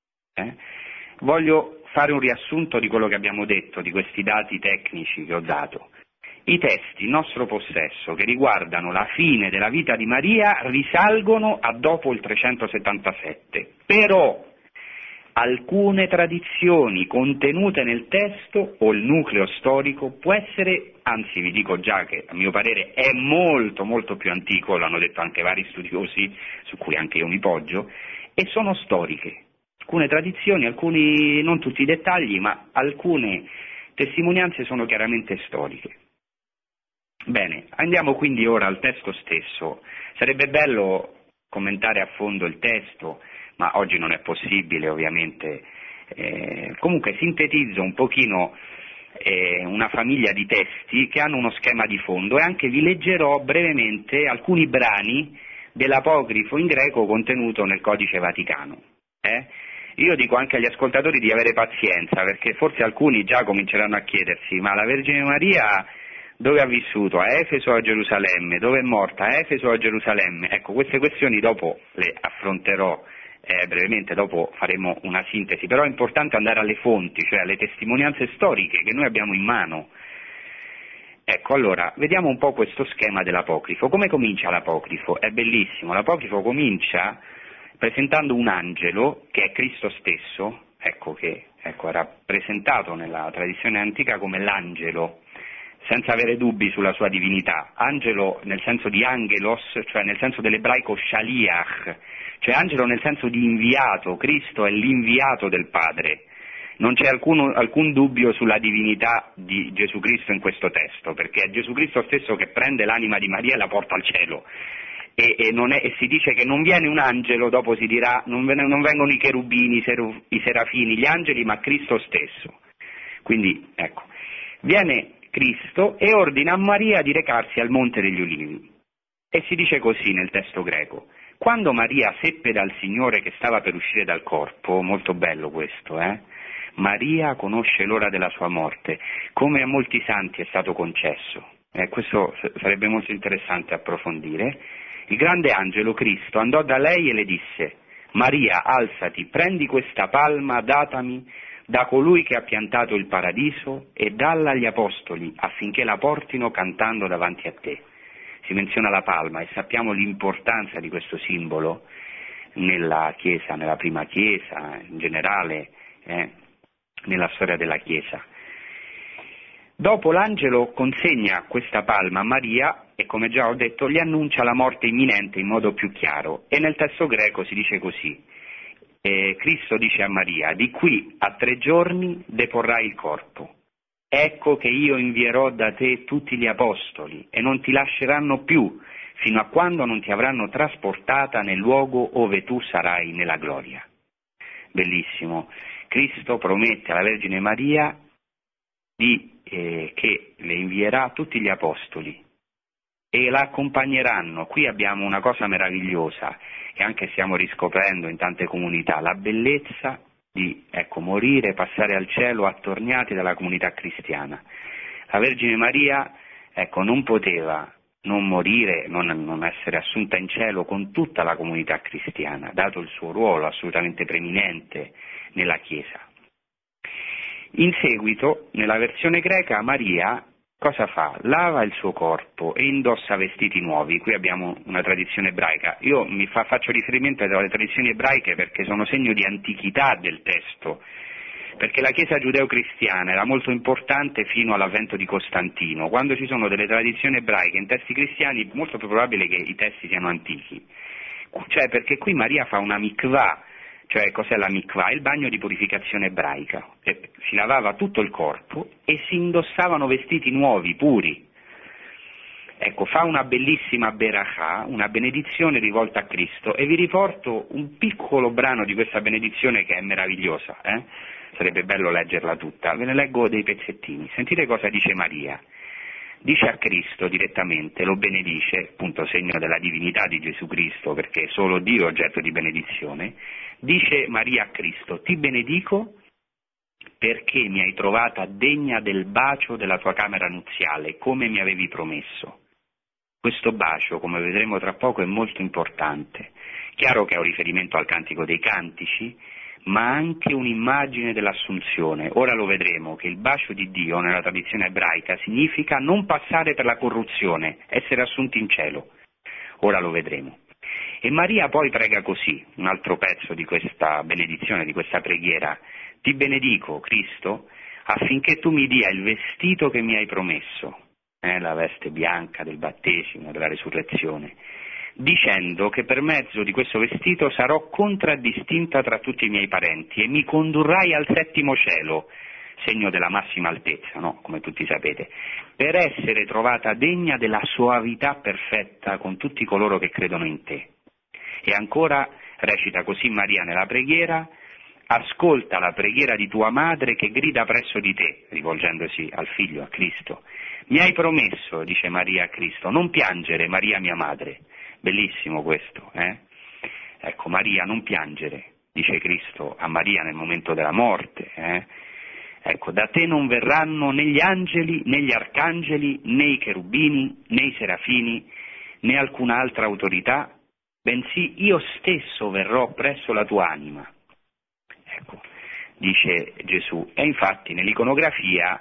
Speaker 3: Voglio fare un riassunto di quello che abbiamo detto, di questi dati tecnici che ho dato. I testi in nostro possesso che riguardano la fine della vita di Maria risalgono a dopo il 377, però alcune tradizioni contenute nel testo o il nucleo storico può essere, anzi vi dico già che a mio parere è molto molto più antico, l'hanno detto anche vari studiosi su cui anche io mi poggio, e sono storiche. Alcune tradizioni, alcuni, non tutti i dettagli, ma alcune testimonianze sono chiaramente storiche. Bene, andiamo quindi ora al testo stesso. Sarebbe bello commentare a fondo il testo, ma oggi non è possibile ovviamente. Comunque sintetizzo un pochino una famiglia di testi che hanno uno schema di fondo, e anche vi leggerò brevemente alcuni brani dell'apocrifo in greco contenuto nel Codice Vaticano. Io dico anche agli ascoltatori di avere pazienza, perché forse alcuni già cominceranno a chiedersi: ma la Vergine Maria dove ha vissuto? A Efeso o a Gerusalemme? Dove è morta? A Efeso o a Gerusalemme? Ecco, queste questioni dopo le affronterò brevemente, dopo faremo una sintesi, però è importante andare alle fonti, cioè alle testimonianze storiche che noi abbiamo in mano. Ecco, allora, vediamo un po' questo schema dell'apocrifo. Come comincia l'apocrifo? È bellissimo, l'apocrifo comincia presentando un angelo, che è Cristo stesso, che era presentato nella tradizione antica come l'angelo, senza avere dubbi sulla sua divinità. Angelo nel senso di angelos, cioè nel senso dell'ebraico shaliach, cioè angelo nel senso di inviato. Cristo è l'inviato del Padre. Non c'è alcun dubbio sulla divinità di Gesù Cristo in questo testo, perché è Gesù Cristo stesso che prende l'anima di Maria e la porta al cielo. E si dice che non viene un angelo, dopo si dirà, non vengono i cherubini, i serafini, gli angeli, ma Cristo stesso. Quindi, viene Cristo e ordina a Maria di recarsi al Monte degli Ulivi. E si dice così nel testo greco: quando Maria seppe dal Signore che stava per uscire dal corpo, molto bello questo, Maria conosce l'ora della sua morte, come a molti santi è stato concesso. Questo sarebbe molto interessante approfondire. Il grande angelo Cristo andò da lei e le disse: Maria, alzati, prendi questa palma datami da colui che ha piantato il paradiso e dalla agli apostoli affinché la portino cantando davanti a te. Si menziona la palma e sappiamo l'importanza di questo simbolo nella Chiesa, nella prima Chiesa, in generale, nella storia della Chiesa. Dopo l'angelo consegna questa palma a Maria e, come già ho detto, gli annuncia la morte imminente in modo più chiaro, e nel testo greco si dice così: Cristo dice a Maria: di qui a 3 giorni deporrai il corpo. Ecco che io invierò da te tutti gli apostoli e non ti lasceranno più fino a quando non ti avranno trasportata nel luogo ove tu sarai nella gloria. Bellissimo. Cristo promette alla Vergine Maria che le invierà tutti gli apostoli e la accompagneranno. Qui abbiamo una cosa meravigliosa che anche stiamo riscoprendo in tante comunità: la bellezza di morire, passare al cielo attorniati dalla comunità cristiana. La Vergine Maria non poteva non morire, non essere assunta in cielo con tutta la comunità cristiana, dato il suo ruolo assolutamente preeminente nella Chiesa. In seguito, nella versione greca, Maria cosa fa? Lava il suo corpo e indossa vestiti nuovi. Qui abbiamo una tradizione ebraica. Io faccio riferimento alle tradizioni ebraiche perché sono segno di antichità del testo, perché la Chiesa giudeo-cristiana era molto importante fino all'avvento di Costantino. Quando ci sono delle tradizioni ebraiche in testi cristiani è molto più probabile che i testi siano antichi. Cioè perché qui Maria fa una mikvah. Cioè, cos'è la mikvah? Il bagno di purificazione ebraica. Si lavava tutto il corpo e si indossavano vestiti nuovi, puri. Ecco, fa una bellissima berachà, una benedizione rivolta a Cristo, e vi riporto un piccolo brano di questa benedizione che è meravigliosa. Sarebbe bello leggerla tutta. Ve ne leggo dei pezzettini. Sentite cosa dice Maria. Dice a Cristo direttamente, lo benedice, appunto segno della divinità di Gesù Cristo, perché solo Dio è oggetto di benedizione. Dice Maria a Cristo: ti benedico perché mi hai trovata degna del bacio della tua camera nuziale, come mi avevi promesso. Questo bacio, come vedremo tra poco, è molto importante. Chiaro che è un riferimento al Cantico dei Cantici, ma anche un'immagine dell'assunzione. Ora lo vedremo che il bacio di Dio nella tradizione ebraica significa non passare per la corruzione, essere assunti in cielo. Ora lo vedremo. E Maria poi prega così, un altro pezzo di questa benedizione, di questa preghiera: ti benedico, Cristo, affinché tu mi dia il vestito che mi hai promesso, la veste bianca del battesimo, della resurrezione, dicendo che per mezzo di questo vestito sarò contraddistinta tra tutti i miei parenti e mi condurrai al settimo cielo, segno della massima altezza, no? Come tutti sapete, per essere trovata degna della soavità perfetta con tutti coloro che credono in te. E ancora recita così Maria nella preghiera: ascolta la preghiera di tua madre che grida presso di te, rivolgendosi al figlio, a Cristo. Mi hai promesso, dice Maria a Cristo, non piangere, Maria mia madre. Bellissimo questo, Ecco, Maria, non piangere, dice Cristo a Maria nel momento della morte, Ecco, da te non verranno né gli angeli, né gli arcangeli, né i cherubini, né i serafini, né alcun'altra autorità, bensì io stesso verrò presso la tua anima. Ecco, dice Gesù. E infatti nell'iconografia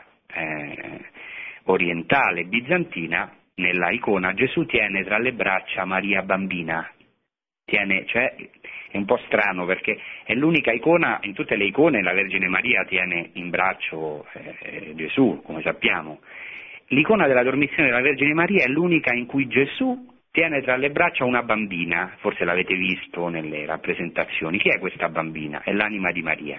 Speaker 3: orientale bizantina, nella icona, Gesù tiene tra le braccia Maria bambina. Cioè, è un po' strano perché è l'unica icona, in tutte le icone la Vergine Maria tiene in braccio Gesù, come sappiamo. L'icona della dormizione della Vergine Maria è l'unica in cui Gesù tiene tra le braccia una bambina, forse l'avete visto nelle rappresentazioni. Chi è questa bambina? È l'anima di Maria.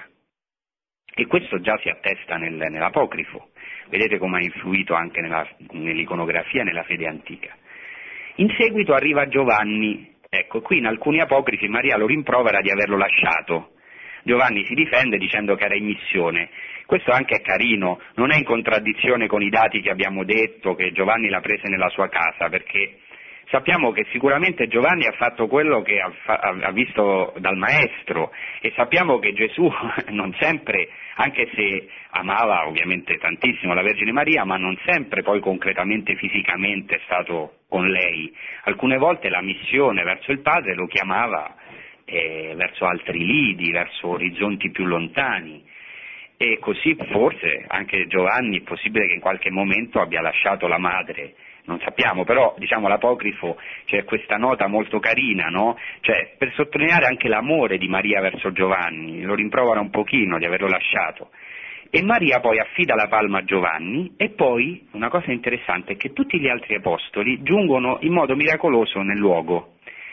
Speaker 3: E questo già si attesta nell'apocrifo. Vedete come ha influito anche nell'iconografia e nella fede antica. In seguito arriva Giovanni. Ecco, qui in alcuni apocrifi Maria lo rimprovera di averlo lasciato. Giovanni si difende dicendo che era in missione. Questo anche è carino, non è in contraddizione con i dati che abbiamo detto, che Giovanni l'ha presa nella sua casa, perché sappiamo che sicuramente Giovanni ha fatto quello che ha visto dal Maestro, e sappiamo che Gesù non sempre, anche se amava ovviamente tantissimo la Vergine Maria, ma non sempre poi concretamente, fisicamente è stato con lei. Alcune volte la missione verso il Padre lo chiamava verso altri lidi, verso orizzonti più lontani. E così forse anche Giovanni è possibile che in qualche momento abbia lasciato la madre. Non sappiamo, però diciamo l'apocrifo c'è questa nota molto carina, no? Cioè, per sottolineare anche l'amore di Maria verso Giovanni, lo rimprovera un pochino di averlo lasciato. E Maria poi affida la palma a Giovanni, e poi una cosa interessante è che tutti gli altri apostoli giungono in modo miracoloso nel luogo,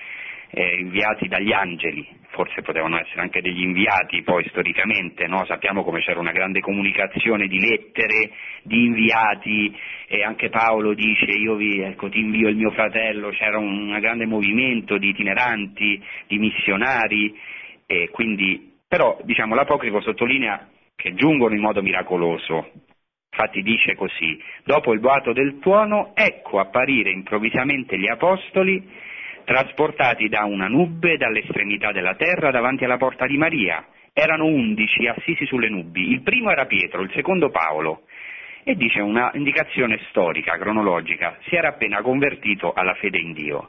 Speaker 3: inviati dagli angeli. Forse potevano essere anche degli inviati poi storicamente, no? Sappiamo come c'era una grande comunicazione di lettere, di inviati, e anche Paolo dice ti invio il mio fratello. C'era un grande movimento di itineranti, di missionari, e quindi, però diciamo l'apocrifo sottolinea che giungono in modo miracoloso. Infatti dice così: dopo il boato del tuono, ecco apparire improvvisamente gli apostoli, trasportati da una nube dall'estremità della terra davanti alla porta di Maria. Erano 11 assisi sulle nubi. Il primo era Pietro, il secondo Paolo. e dice una indicazione storica, cronologica, si era appena convertito alla fede in Dio.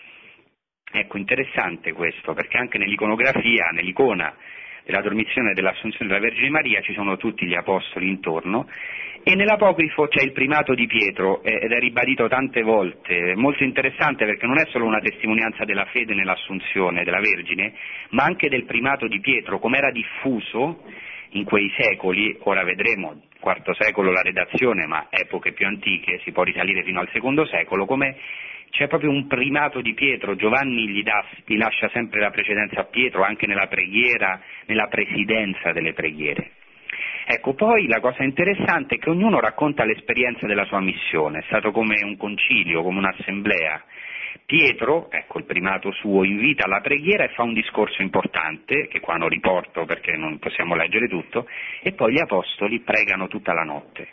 Speaker 3: Ecco, interessante questo, perché anche nell'iconografia, nell'icona della dormizione e dell'assunzione della Vergine Maria ci sono tutti gli apostoli intorno, e nell'apocrifo c'è il primato di Pietro ed è ribadito tante volte. È molto interessante perché non è solo una testimonianza della fede nell'assunzione della Vergine, ma anche del primato di Pietro, come era diffuso in quei secoli. Ora vedremo, IV secolo la redazione, ma epoche più antiche, si può risalire fino al II secolo, come c'è proprio un primato di Pietro. Giovanni gli lascia sempre la precedenza a Pietro anche nella preghiera, nella presidenza delle preghiere. Ecco, poi la cosa interessante è che ognuno racconta l'esperienza della sua missione, è stato come un concilio, come un'assemblea. Pietro, ecco il primato suo, invita alla preghiera e fa un discorso importante, che qua non riporto perché non possiamo leggere tutto, e poi gli apostoli pregano tutta la notte.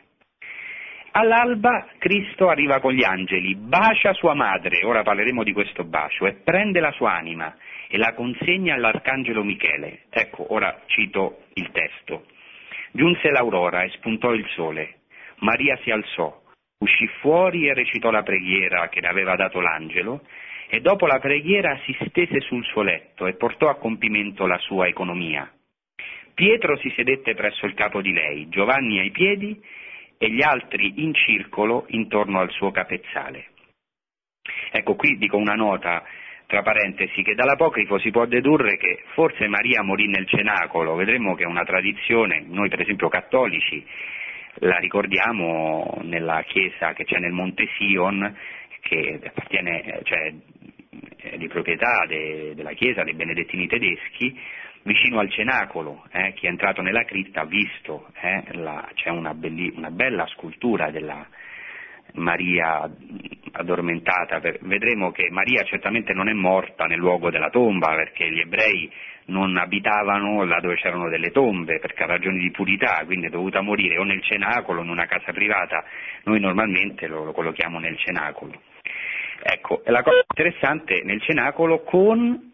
Speaker 3: All'alba Cristo arriva con gli angeli, bacia sua madre, ora parleremo di questo bacio, e prende la sua anima e la consegna all'arcangelo Michele. Ecco, ora cito il testo. Giunse l'aurora e spuntò il sole. Maria si alzò, uscì fuori e recitò la preghiera che le aveva dato l'angelo, e dopo la preghiera si stese sul suo letto e portò a compimento la sua economia. Pietro si sedette presso il capo di lei, Giovanni ai piedi e gli altri in circolo intorno al suo capezzale. Ecco, qui dico una nota tra parentesi, che dall'apocrifo si può dedurre che forse Maria morì nel cenacolo. Vedremo che è una tradizione, noi per esempio cattolici la ricordiamo nella chiesa che c'è nel Monte Sion, che appartiene, cioè di proprietà della chiesa dei benedettini tedeschi, vicino al cenacolo. Chi è entrato nella cripta ha visto, c'è una bella scultura della Maria addormentata. Vedremo che Maria certamente non è morta nel luogo della tomba, perché gli ebrei non abitavano là dove c'erano delle tombe per ragioni di purità, quindi è dovuta morire o nel cenacolo o in una casa privata. Noi normalmente lo collochiamo nel cenacolo. Ecco, e la cosa interessante nel cenacolo con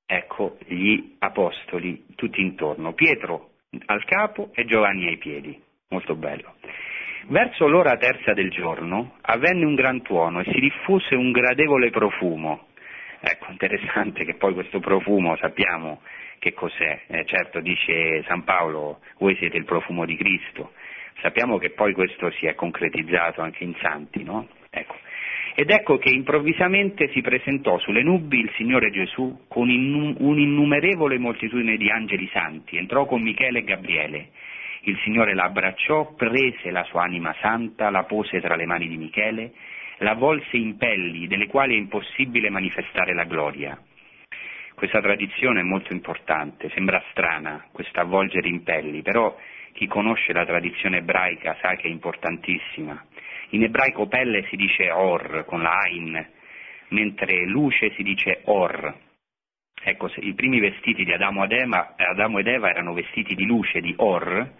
Speaker 3: gli apostoli tutti intorno, Pietro al capo e Giovanni ai piedi, molto bello. Verso l'ora terza del giorno avvenne un gran tuono e si diffuse un gradevole profumo. Ecco, interessante che poi questo profumo sappiamo che cos'è. Certo, dice San Paolo, voi siete il profumo di Cristo. Sappiamo che poi questo si è concretizzato anche in santi, no? Ecco. Ed ecco che improvvisamente si presentò sulle nubi il Signore Gesù con un'innumerevole moltitudine di angeli santi, entrò con Michele e Gabriele. Il Signore la abbracciò, prese la sua anima santa, la pose tra le mani di Michele, la avvolse in pelli delle quali è impossibile manifestare la gloria. Questa tradizione è molto importante, sembra strana questa avvolgere in pelli, però chi conosce la tradizione ebraica sa che è importantissima. In ebraico pelle si dice or, con la Ain, mentre luce si dice or. Ecco, i primi vestiti di Adamo ed Eva erano vestiti di luce, di or,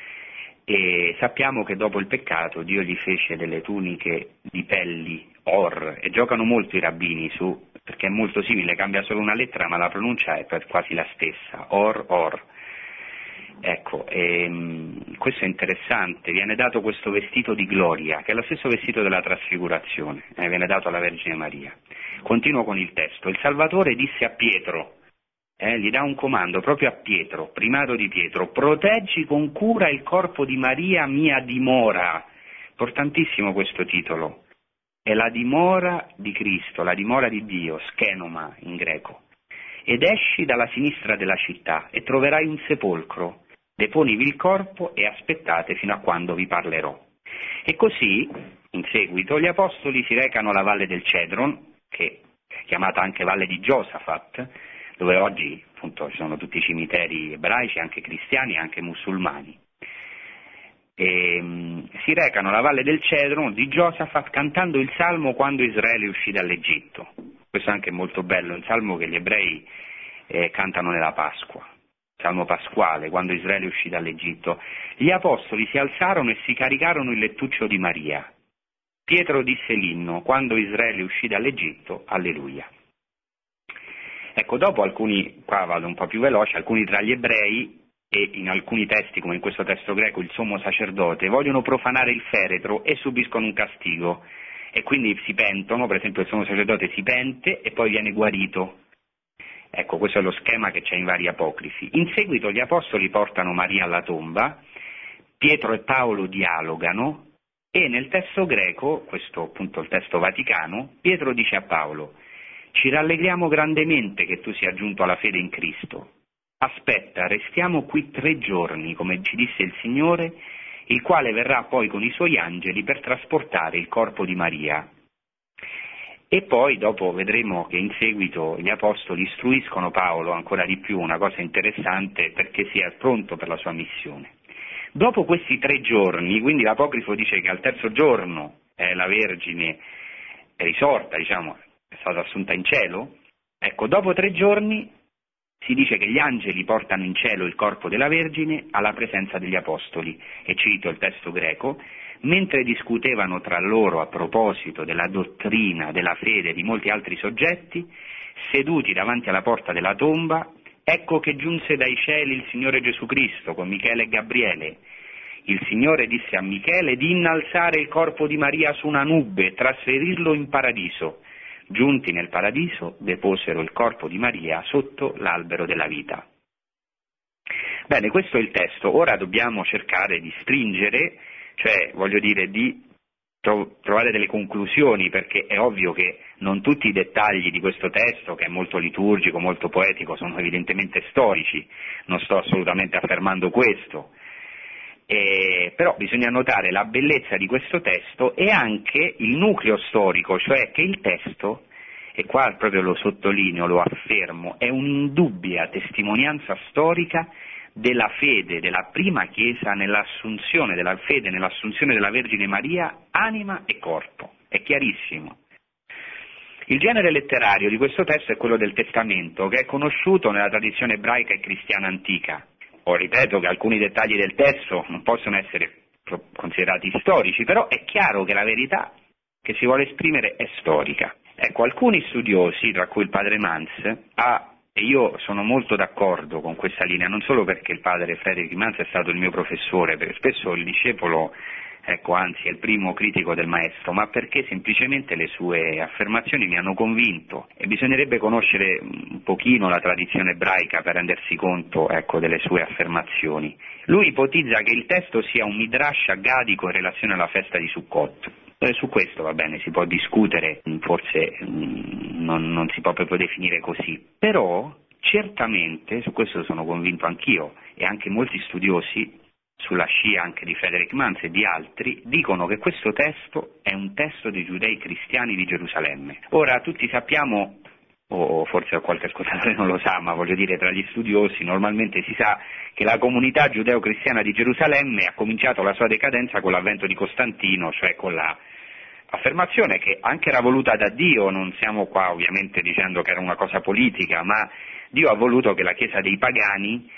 Speaker 3: e sappiamo che dopo il peccato Dio gli fece delle tuniche di pelli or, e giocano molto i rabbini su, perché è molto simile, cambia solo una lettera ma la pronuncia è quasi la stessa, or. Ecco, questo è interessante, viene dato questo vestito di gloria, che è lo stesso vestito della trasfigurazione, viene dato alla Vergine Maria. Continuo con il testo. Il Salvatore disse a Pietro, gli dà un comando proprio a Pietro, primato di Pietro: proteggi con cura il corpo di Maria, mia dimora. Importantissimo questo titolo, è la dimora di Cristo, la dimora di Dio, schenoma in greco. Ed esci dalla sinistra della città e troverai un sepolcro, deponivi il corpo e aspettate fino a quando vi parlerò. E così, in seguito, gli apostoli si recano alla valle del Cedron, che è chiamata anche Valle di Giosafat, dove oggi appunto ci sono tutti i cimiteri ebraici, anche cristiani, anche musulmani. E si recano alla Valle del Cedron di Giosafat cantando il salmo quando Israele uscì dall'Egitto. Questo è anche molto bello, un salmo che gli ebrei cantano nella Pasqua, salmo pasquale, quando Israele uscì dall'Egitto. Gli apostoli si alzarono e si caricarono il lettuccio di Maria. Pietro disse l'inno, quando Israele uscì dall'Egitto, alleluia. Ecco, dopo alcuni, qua vado un po' più veloce, alcuni tra gli ebrei e in alcuni testi, come in questo testo greco, il sommo sacerdote, vogliono profanare il feretro e subiscono un castigo, e quindi si pentono. Per esempio il sommo sacerdote si pente e poi viene guarito. Ecco, questo è lo schema che c'è in vari apocrifi. In seguito gli apostoli portano Maria alla tomba, Pietro e Paolo dialogano, e nel testo greco, questo appunto il testo vaticano, Pietro dice a Paolo: ci rallegriamo grandemente che tu sia giunto alla fede in Cristo. Aspetta, restiamo qui 3 giorni, come ci disse il Signore, il quale verrà poi con i suoi angeli per trasportare il corpo di Maria. E poi dopo vedremo che in seguito gli apostoli istruiscono Paolo ancora di più, una cosa interessante, perché sia pronto per la sua missione. Dopo questi 3 giorni, quindi l'apocrifo dice che al 3° giorno la Vergine è risorta, diciamo, è stata assunta in cielo. Ecco, dopo 3 giorni si dice che gli angeli portano in cielo il corpo della Vergine alla presenza degli apostoli, e cito il testo greco: mentre discutevano tra loro a proposito della dottrina, della fede e di molti altri soggetti, seduti davanti alla porta della tomba, ecco che giunse dai cieli il Signore Gesù Cristo con Michele e Gabriele. Il Signore disse a Michele di innalzare il corpo di Maria su una nube e trasferirlo in paradiso. Giunti nel paradiso, deposero il corpo di Maria sotto l'albero della vita. Bene, questo è il testo. Ora dobbiamo cercare di stringere, cioè voglio dire di trovare delle conclusioni, perché è ovvio che non tutti i dettagli di questo testo, che è molto liturgico, molto poetico, sono evidentemente storici. Non sto assolutamente affermando questo. Però bisogna notare la bellezza di questo testo e anche il nucleo storico, cioè che il testo, e qua proprio lo sottolineo, lo affermo, è un'indubbia testimonianza storica della fede della prima Chiesa nell'assunzione della fede, nell'assunzione della Vergine Maria, anima e corpo. È chiarissimo. Il genere letterario di questo testo è quello del Testamento, che è conosciuto nella tradizione ebraica e cristiana antica. Ripeto che alcuni dettagli del testo non possono essere considerati storici, però è chiaro che la verità che si vuole esprimere è storica. Ecco, alcuni studiosi, tra cui il padre Mans, e io sono molto d'accordo con questa linea, non solo perché il padre Frederick Mans è stato il mio professore, perché spesso il discepolo, anzi è il primo critico del maestro, ma perché semplicemente le sue affermazioni mi hanno convinto, e bisognerebbe conoscere un pochino la tradizione ebraica per rendersi conto, delle sue affermazioni. Lui ipotizza che il testo sia un midrash aggadico in relazione alla festa di Sukkot. Su questo va bene, si può discutere, forse non si può proprio definire così, però certamente, su questo sono convinto anch'io, e anche molti studiosi, sulla scia anche di Frederick Mans e di altri, dicono che questo testo è un testo dei giudei cristiani di Gerusalemme. Ora, tutti sappiamo, o forse qualche ascoltatore non lo sa, ma voglio dire, tra gli studiosi normalmente si sa che la comunità giudeo-cristiana di Gerusalemme ha cominciato la sua decadenza con l'avvento di Costantino, cioè con la affermazione che anche era voluta da Dio. Non siamo qua ovviamente dicendo che era una cosa politica, ma Dio ha voluto che la Chiesa dei pagani,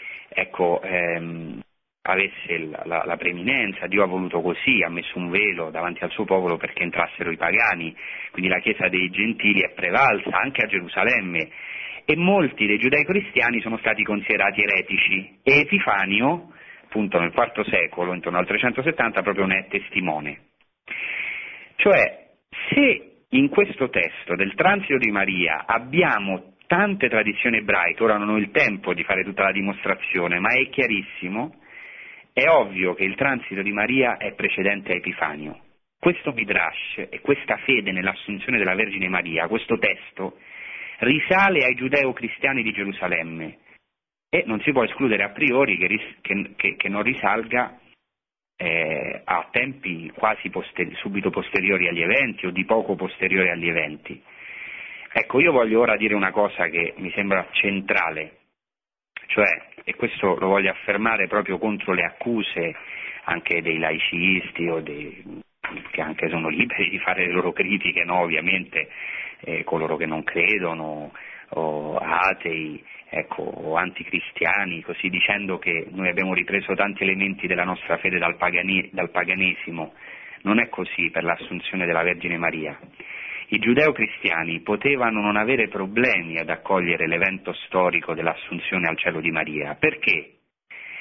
Speaker 3: avesse la preeminenza. Dio ha voluto così, ha messo un velo davanti al suo popolo perché entrassero i pagani, quindi la Chiesa dei gentili è prevalsa anche a Gerusalemme, e molti dei giudei cristiani sono stati considerati eretici, e Epifanio, appunto nel IV secolo, intorno al 370, proprio ne è testimone. Cioè, se in questo testo del transito di Maria abbiamo tante tradizioni ebraiche, ora non ho il tempo di fare tutta la dimostrazione, ma è chiarissimo, è ovvio che il transito di Maria è precedente a Epifanio. Questo midrash e questa fede nell'assunzione della Vergine Maria, questo testo, risale ai giudeo-cristiani di Gerusalemme, e non si può escludere a priori che non risalga a tempi quasi subito posteriori agli eventi, o di poco posteriori agli eventi. Ecco, io voglio ora dire una cosa che mi sembra centrale, cioè, e questo lo voglio affermare proprio contro le accuse anche dei laicisti che anche sono liberi di fare le loro critiche, no, ovviamente, coloro che non credono, o atei, o anticristiani, così, dicendo che noi abbiamo ripreso tanti elementi della nostra fede dal paganesimo. Non è così per l'assunzione della Vergine Maria. I giudeo-cristiani potevano non avere problemi ad accogliere l'evento storico dell'assunzione al cielo di Maria. Perché?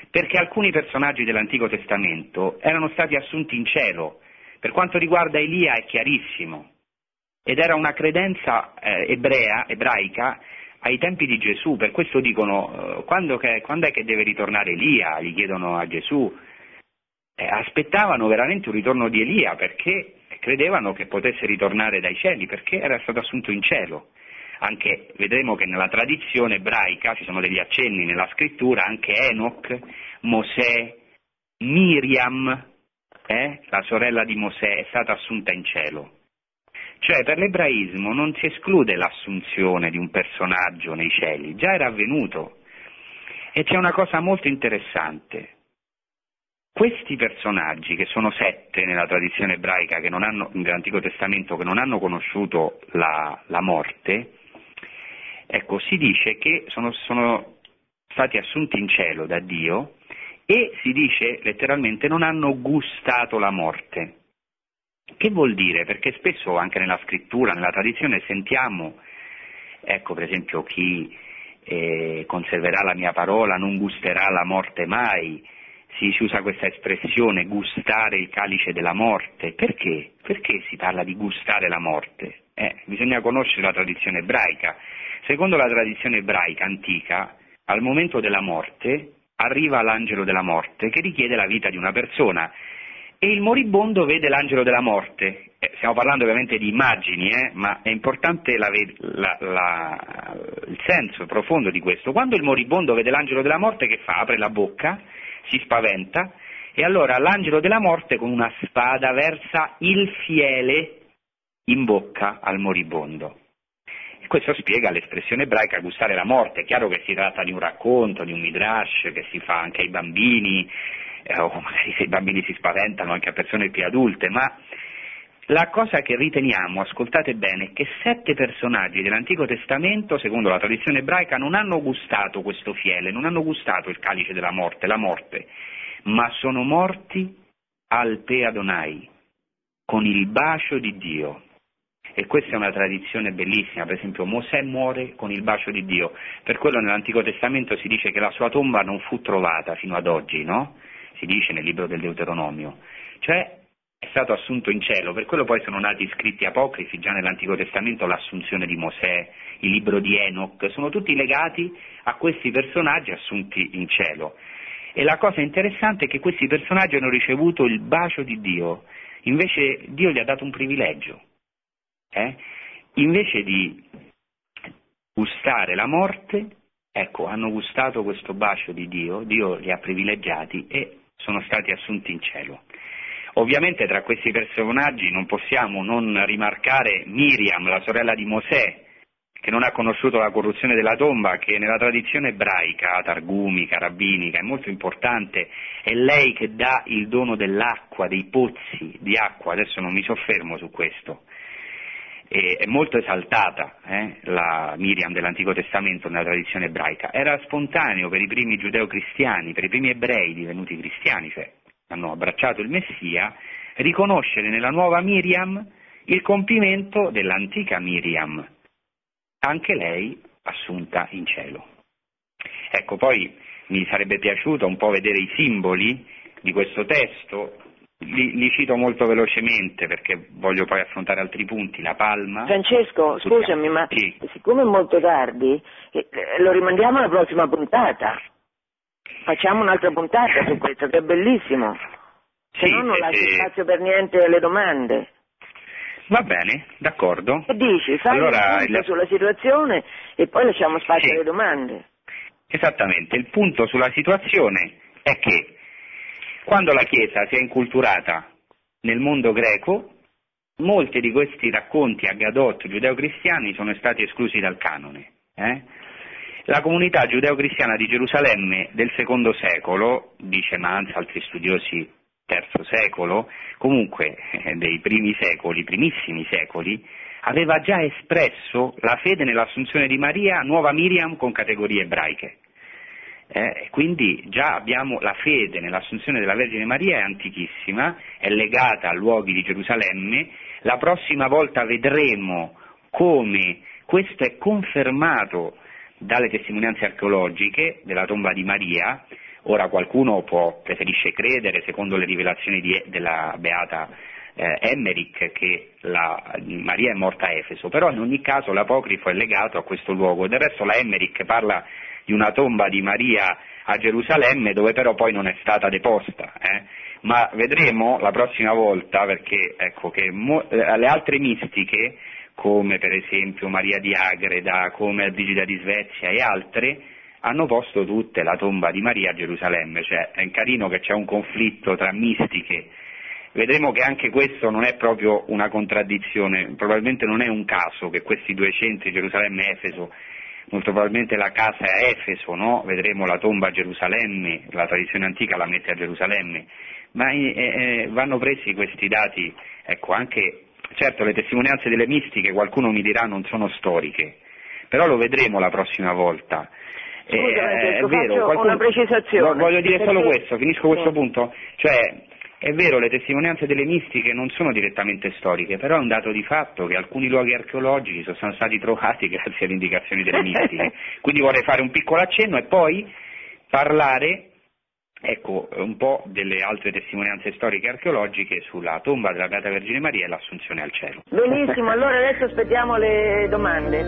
Speaker 3: perché alcuni personaggi dell'Antico Testamento erano stati assunti in cielo. Per quanto riguarda Elia è chiarissimo, ed era una credenza ebraica ai tempi di Gesù. Per questo dicono, quando è che deve ritornare Elia? Gli chiedono a Gesù. Aspettavano veramente un ritorno di Elia perché credevano che potesse ritornare dai cieli, perché era stato assunto in cielo. Anche vedremo che nella tradizione ebraica ci sono degli accenni nella scrittura, anche Enoch, Mosè, Miriam, la sorella di Mosè, è stata assunta in cielo. Cioè per l'ebraismo non si esclude l'assunzione di un personaggio nei cieli, già era avvenuto. E c'è una cosa molto interessante. Questi personaggi, che sono 7 nella tradizione ebraica nell'Antico Testamento, che non hanno conosciuto la morte, ecco, si dice che sono stati assunti in cielo da Dio e si dice letteralmente non hanno gustato la morte. Che vuol dire? Perché spesso anche nella scrittura, nella tradizione sentiamo, ecco per esempio chi conserverà la mia parola non gusterà la morte mai, si usa questa espressione gustare il calice della morte. Perché? Perché si parla di gustare la morte? Bisogna conoscere la tradizione ebraica. Secondo la tradizione ebraica antica, al momento della morte arriva l'angelo della morte che richiede la vita di una persona e il moribondo vede l'angelo della morte. Stiamo parlando ovviamente di immagini, ma è importante il senso profondo di questo. Quando il moribondo vede l'angelo della morte, che fa? Apre la bocca, si spaventa e allora l'angelo della morte con una spada versa il fiele in bocca al moribondo. E questo spiega l'espressione ebraica gustare la morte. È chiaro che si tratta di un racconto, di un midrash che si fa anche ai bambini, o magari se i bambini si spaventano anche a persone più adulte, ma la cosa che riteniamo, ascoltate bene, è che 7 personaggi dell'Antico Testamento, secondo la tradizione ebraica, non hanno gustato questo fiele, non hanno gustato il calice della morte, la morte, ma sono morti al Pe Adonai, con il bacio di Dio. E questa è una tradizione bellissima. Per esempio Mosè muore con il bacio di Dio, per quello nell'Antico Testamento si dice che la sua tomba non fu trovata fino ad oggi, no? Si dice nel libro del Deuteronomio, cioè è stato assunto in cielo. Per quello poi sono nati scritti apocrifi già nell'Antico Testamento, l'assunzione di Mosè, il libro di Enoch, sono tutti legati a questi personaggi assunti in cielo. E la cosa interessante è che questi personaggi hanno ricevuto il bacio di Dio, invece Dio gli ha dato un privilegio. Invece di gustare la morte, ecco, hanno gustato questo bacio di Dio, Dio li ha privilegiati e sono stati assunti in cielo. Ovviamente tra questi personaggi non possiamo non rimarcare Miriam, la sorella di Mosè, che non ha conosciuto la corruzione della tomba, che nella tradizione ebraica, targumica, rabbinica, è molto importante. È lei che dà il dono dell'acqua, dei pozzi di acqua. Adesso non mi soffermo su questo. È molto esaltata la Miriam dell'Antico Testamento nella tradizione ebraica. Era spontaneo per i primi giudeo-cristiani, per i primi ebrei divenuti cristiani, cioè hanno abbracciato il Messia, riconoscere nella nuova Miriam il compimento dell'antica Miriam, anche lei assunta in cielo. Ecco, poi mi sarebbe piaciuto un po' vedere i simboli di questo testo. Li cito molto velocemente perché voglio poi affrontare altri punti. La palma.
Speaker 2: Francesco, scusami, ma
Speaker 3: sì.
Speaker 2: Siccome è molto tardi, lo rimandiamo alla prossima puntata. Facciamo un'altra puntata su questo, che è bellissimo. Se no non lasci spazio per niente alle domande.
Speaker 3: Va bene, d'accordo.
Speaker 2: Che dici? Fai un punto sulla situazione e poi lasciamo spazio alle domande.
Speaker 3: Esattamente, il punto sulla situazione è che quando la Chiesa si è inculturata nel mondo greco, molti di questi racconti Aggadot giudeo-cristiani sono stati esclusi dal canone. La comunità giudeo-cristiana di Gerusalemme del secondo secolo, dice Manz, altri studiosi terzo secolo, comunque dei primi secoli, primissimi secoli, aveva già espresso la fede nell'assunzione di Maria, nuova Miriam con categorie ebraiche. Quindi già abbiamo la fede nell'assunzione della Vergine Maria, è antichissima, è legata a luoghi di Gerusalemme. La prossima volta vedremo come questo è confermato dalle testimonianze archeologiche della tomba di Maria, Ora qualcuno preferisce credere, secondo le rivelazioni della beata Emmerich, che Maria è morta a Efeso, però in ogni caso l'apocrifo è legato a questo luogo. Del resto la Emmerich parla di una tomba di Maria a Gerusalemme, dove però poi non è stata deposta, ma vedremo la prossima volta, perché ecco che le altre mistiche, come per esempio Maria di Agreda, come Brigida di Svezia e altre, hanno posto tutte la tomba di Maria a Gerusalemme. Cioè è carino che c'è un conflitto tra mistiche. Vedremo che anche questo non è proprio una contraddizione, probabilmente non è un caso che questi due centri, Gerusalemme e Efeso, molto probabilmente la casa è a Efeso, no? Vedremo la tomba a Gerusalemme, la tradizione antica la mette a Gerusalemme, ma vanno presi questi dati, ecco, anche, certo le testimonianze delle mistiche, qualcuno mi dirà, non sono storiche, però lo vedremo la prossima volta.
Speaker 2: È vero, una precisazione.
Speaker 3: Voglio dire solo questo, finisco questo punto, cioè è vero, le testimonianze delle mistiche non sono direttamente storiche, però è un dato di fatto che alcuni luoghi archeologici sono stati trovati grazie alle indicazioni delle mistiche. Quindi vorrei fare un piccolo accenno e poi parlare, ecco, un po' delle altre testimonianze storiche e archeologiche sulla tomba della Beata Vergine Maria e l'Assunzione al cielo.
Speaker 2: Benissimo, allora adesso aspettiamo le domande.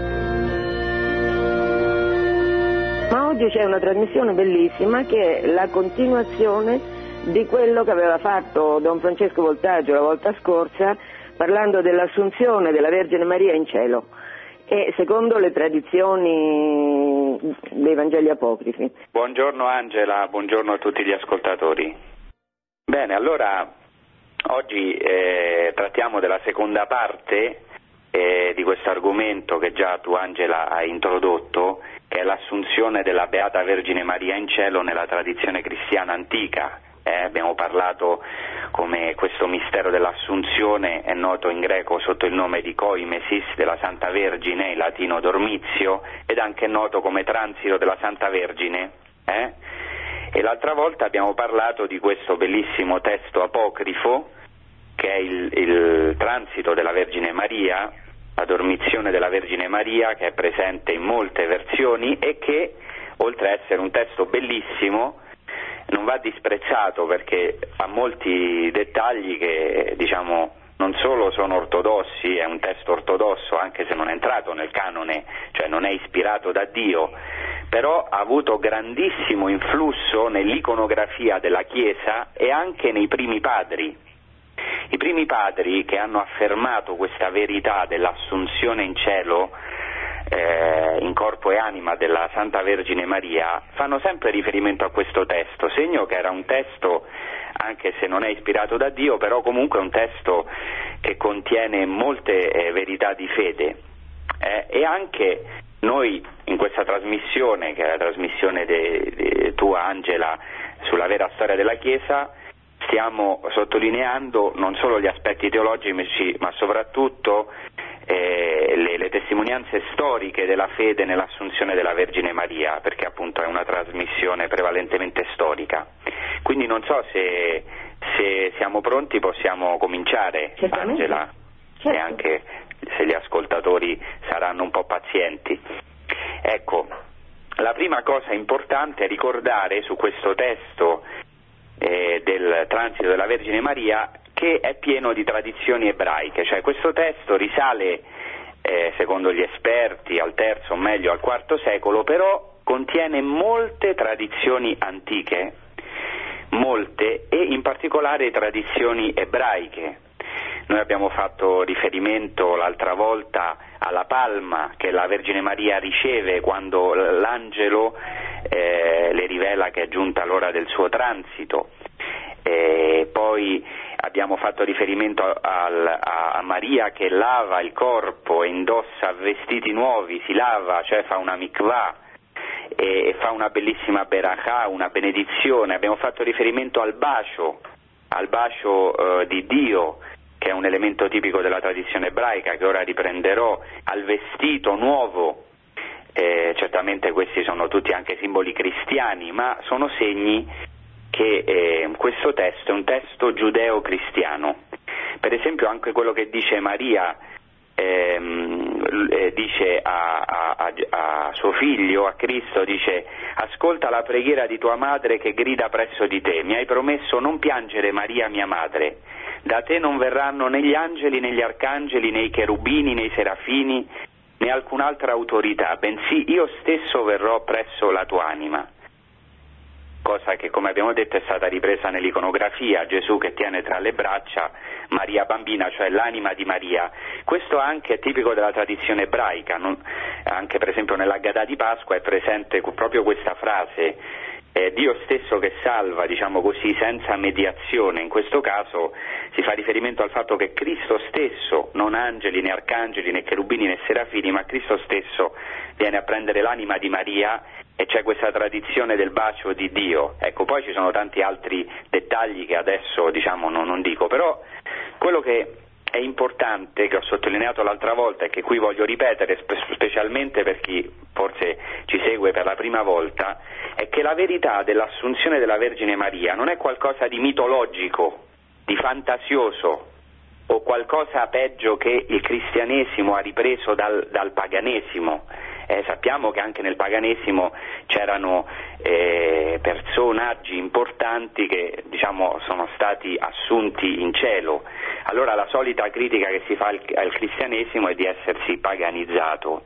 Speaker 2: Ma oggi c'è una trasmissione bellissima che è la continuazione di quello che aveva fatto Don Francesco Voltaggio la volta scorsa, parlando dell'Assunzione della Vergine Maria in cielo, e secondo le tradizioni dei Vangeli apocrifi.
Speaker 4: Buongiorno Angela, buongiorno a tutti gli ascoltatori. Bene, allora oggi trattiamo della seconda parte di questo argomento che già tu Angela hai introdotto, che è l'Assunzione della Beata Vergine Maria in cielo nella tradizione cristiana antica. Abbiamo parlato come questo mistero dell'Assunzione è noto in greco sotto il nome di Koimesis della Santa Vergine, in latino Dormitio, ed anche noto come transito della Santa Vergine. E l'altra volta abbiamo parlato di questo bellissimo testo apocrifo che è il transito della Vergine Maria, la dormizione della Vergine Maria, che è presente in molte versioni e che, oltre a essere un testo bellissimo, non va disprezzato perché ha molti dettagli che, diciamo, non solo sono ortodossi, è un testo ortodosso anche se non è entrato nel canone, cioè non è ispirato da Dio, però ha avuto grandissimo influsso nell'iconografia della Chiesa e anche nei primi padri. I primi padri che hanno affermato questa verità dell'assunzione in cielo in corpo e anima della Santa Vergine Maria fanno sempre riferimento a questo testo, segno che era un testo, anche se non è ispirato da Dio, però comunque è un testo che contiene molte verità di fede, e anche noi in questa trasmissione, che è la trasmissione tua Angela sulla vera storia della Chiesa, stiamo sottolineando non solo gli aspetti teologici ma soprattutto le testimonianze storiche della fede nell'Assunzione della Vergine Maria, perché appunto è una trasmissione prevalentemente storica. Quindi non so se siamo pronti, possiamo cominciare, Angela, e anche se gli ascoltatori saranno un po' pazienti. Ecco, la prima cosa importante è ricordare su questo testo del transito della Vergine Maria che è pieno di tradizioni ebraiche, cioè questo testo risale secondo gli esperti al III o meglio al IV secolo, però contiene molte tradizioni antiche, molte, e in particolare tradizioni ebraiche. Noi abbiamo fatto riferimento l'altra volta alla palma che la Vergine Maria riceve quando l'angelo le rivela che è giunta l'ora del suo transito. Poi abbiamo fatto riferimento a Maria che lava il corpo e indossa vestiti nuovi, si lava, cioè fa una mikvah e fa una bellissima berachà, una benedizione. Abbiamo fatto riferimento al bacio di Dio, che è un elemento tipico della tradizione ebraica che ora riprenderò, al vestito nuovo. Certamente questi sono tutti anche simboli cristiani, ma sono segni che questo testo è un testo giudeo-cristiano. Per esempio anche quello che dice Maria dice a suo figlio, a Cristo, dice: ascolta la preghiera di tua madre che grida presso di te, mi hai promesso non piangere Maria mia madre, da te non verranno né gli angeli né gli arcangeli né i cherubini né i serafini né alcun'altra autorità, bensì io stesso verrò presso la tua anima. Cosa che, come abbiamo detto, è stata ripresa nell'iconografia, Gesù che tiene tra le braccia Maria bambina, cioè l'anima di Maria. Questo anche è tipico della tradizione ebraica, anche per esempio nell'Aggadà di Pasqua è presente proprio questa frase, Dio stesso che salva, diciamo così, senza mediazione. In questo caso si fa riferimento al fatto che Cristo stesso, non angeli né arcangeli né cherubini né serafini, ma Cristo stesso viene a prendere l'anima di Maria, e c'è questa tradizione del bacio di Dio. Ecco, poi ci sono tanti altri dettagli che adesso non dico, però quello che è importante, che ho sottolineato l'altra volta e che qui voglio ripetere specialmente per chi forse ci segue per la prima volta, è che la verità dell'assunzione della Vergine Maria non è qualcosa di mitologico, di fantasioso o qualcosa peggio che il cristianesimo ha ripreso dal paganesimo. Sappiamo che anche nel paganesimo c'erano personaggi importanti che sono stati assunti in cielo. Allora la solita critica che si fa al cristianesimo è di essersi paganizzato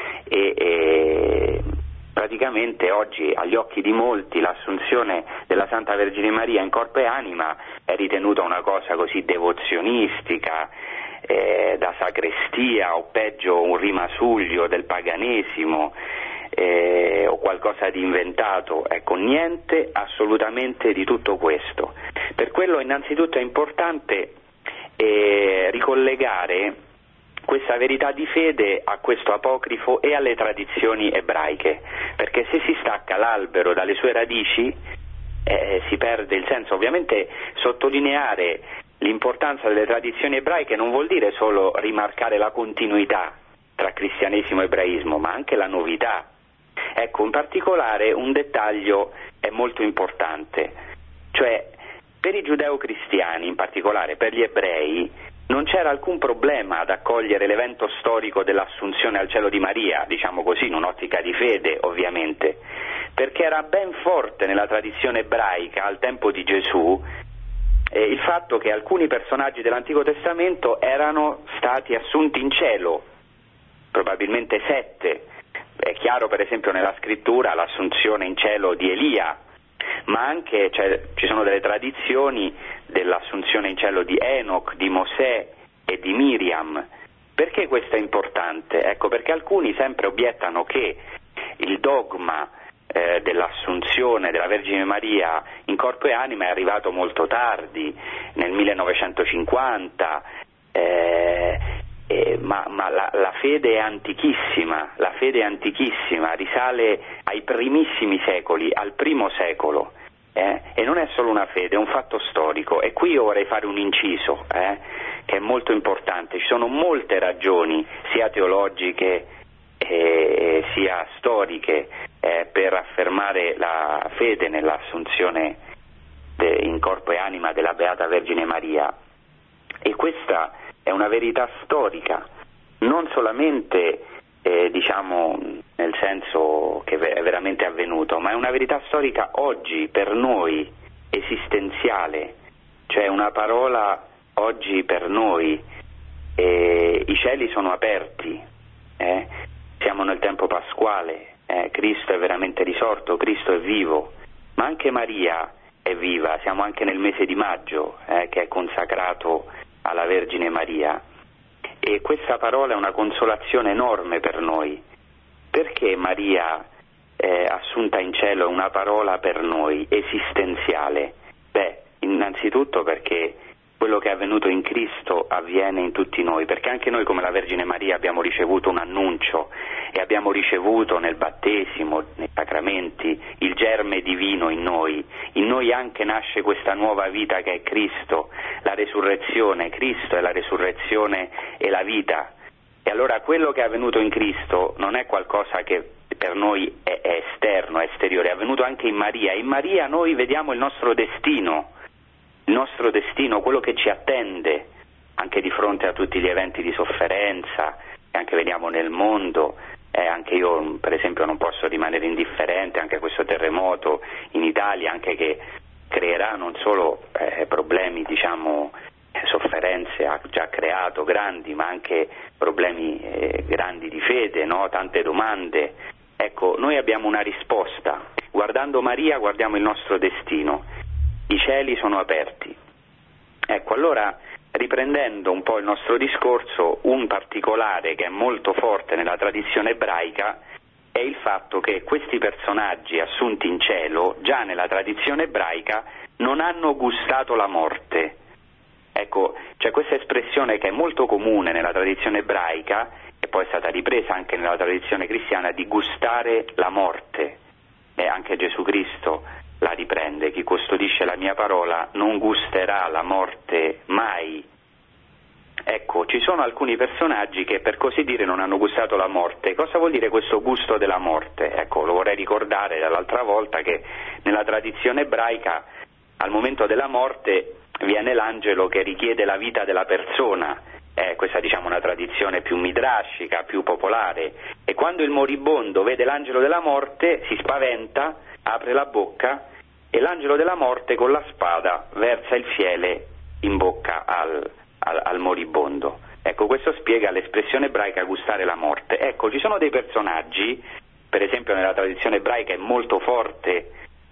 Speaker 4: e praticamente oggi agli occhi di molti l'assunzione della Santa Vergine Maria in corpo e anima è ritenuta una cosa così devozionistica, da sacrestia o peggio un rimasuglio del paganesimo o qualcosa di inventato. Ecco, niente assolutamente di tutto questo. Per quello innanzitutto è importante ricollegare questa verità di fede a questo apocrifo e alle tradizioni ebraiche, perché se si stacca l'albero dalle sue radici si perde il senso. Ovviamente sottolineare l'importanza delle tradizioni ebraiche non vuol dire solo rimarcare la continuità tra cristianesimo e ebraismo, ma anche la novità. Ecco, in particolare un dettaglio è molto importante, cioè per i giudeo-cristiani, in particolare per gli ebrei, non c'era alcun problema ad accogliere l'evento storico dell'assunzione al cielo di Maria, diciamo così, in un'ottica di fede ovviamente, perché era ben forte nella tradizione ebraica al tempo di Gesù il fatto che alcuni personaggi dell'Antico Testamento erano stati assunti in cielo, probabilmente 7. È chiaro per esempio nella scrittura l'assunzione in cielo di Elia, ma anche ci sono delle tradizioni dell'assunzione in cielo di Enoch, di Mosè e di Miriam. Perché questo è importante? Ecco, perché alcuni sempre obiettano che il dogma dell'assunzione della Vergine Maria in corpo e anima è arrivato molto tardi, nel 1950, ma la fede è antichissima, risale ai primissimi secoli, al primo secolo, e non è solo una fede, è un fatto storico. E qui io vorrei fare un inciso che è molto importante. Ci sono molte ragioni, sia teologiche sia storiche, per affermare la fede nell'assunzione in corpo e anima della Beata Vergine Maria, e questa è una verità storica, non solamente nel senso che è veramente avvenuto, ma è una verità storica oggi per noi, esistenziale, cioè una parola oggi per noi. I cieli sono aperti, siamo nel tempo pasquale, Cristo è veramente risorto, Cristo è vivo, ma anche Maria è viva, siamo anche nel mese di maggio che è consacrato alla Vergine Maria, e questa parola è una consolazione enorme per noi. Perché Maria assunta in cielo è una parola per noi, esistenziale? Innanzitutto perché quello che è avvenuto in Cristo avviene in tutti noi, perché anche noi come la Vergine Maria abbiamo ricevuto un annuncio e abbiamo ricevuto nel battesimo, nei sacramenti, il germe divino in noi. In noi anche nasce questa nuova vita che è Cristo, la resurrezione. Cristo è la resurrezione e la vita. E allora quello che è avvenuto in Cristo non è qualcosa che per noi è esterno, è esteriore, è avvenuto anche in Maria. In Maria noi vediamo il nostro destino, quello che ci attende, anche di fronte a tutti gli eventi di sofferenza che anche vediamo nel mondo. Anche io per esempio non posso rimanere indifferente anche a questo terremoto in Italia, anche che creerà non solo problemi, diciamo, sofferenze ha già creato grandi, ma anche problemi grandi di fede, no? Tante domande. Ecco, noi abbiamo una risposta. Guardando Maria guardiamo il nostro destino. I cieli sono aperti. Ecco, allora, riprendendo un po' il nostro discorso, un particolare che è molto forte nella tradizione ebraica è il fatto che questi personaggi assunti in cielo, già nella tradizione ebraica, non hanno gustato la morte. Ecco, c'è questa espressione che è molto comune nella tradizione ebraica e poi è stata ripresa anche nella tradizione cristiana, di gustare la morte. E anche Gesù Cristo la riprende: chi custodisce la mia parola non gusterà la morte mai. Ecco, ci sono alcuni personaggi che per così dire non hanno gustato la morte. Cosa vuol dire questo gusto della morte? Ecco, lo vorrei ricordare dall'altra volta che nella tradizione ebraica al momento della morte viene l'angelo che richiede la vita della persona. Questa diciamo una tradizione più midrashica, più popolare, e quando il moribondo vede l'angelo della morte si spaventa, apre la bocca e l'angelo della morte con la spada versa il fiele in bocca al moribondo. Ecco, questo spiega l'espressione ebraica gustare la morte. Ecco, ci sono dei personaggi, per esempio nella tradizione ebraica è molto forte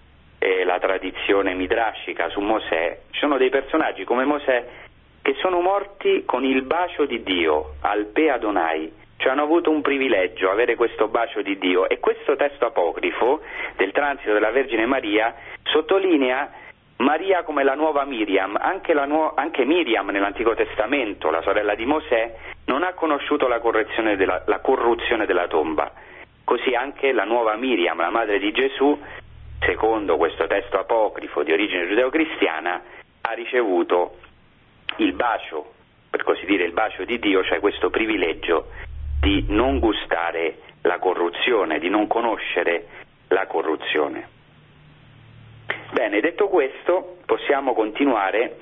Speaker 4: la tradizione midrashica su Mosè, ci sono dei personaggi come Mosè che sono morti con il bacio di Dio, al Pe Adonai, cioè hanno avuto un privilegio, avere questo bacio di Dio. E questo testo apocrifo del transito della Vergine Maria sottolinea Maria come la nuova Miriam. Anche Miriam nell'Antico Testamento, la sorella di Mosè, non ha conosciuto la corruzione della tomba. Così anche la nuova Miriam, la madre di Gesù, secondo questo testo apocrifo di origine giudeo-cristiana, ha ricevuto il bacio, per così dire il bacio di Dio, cioè questo privilegio di non gustare la corruzione, di non conoscere la corruzione. Bene, detto questo possiamo continuare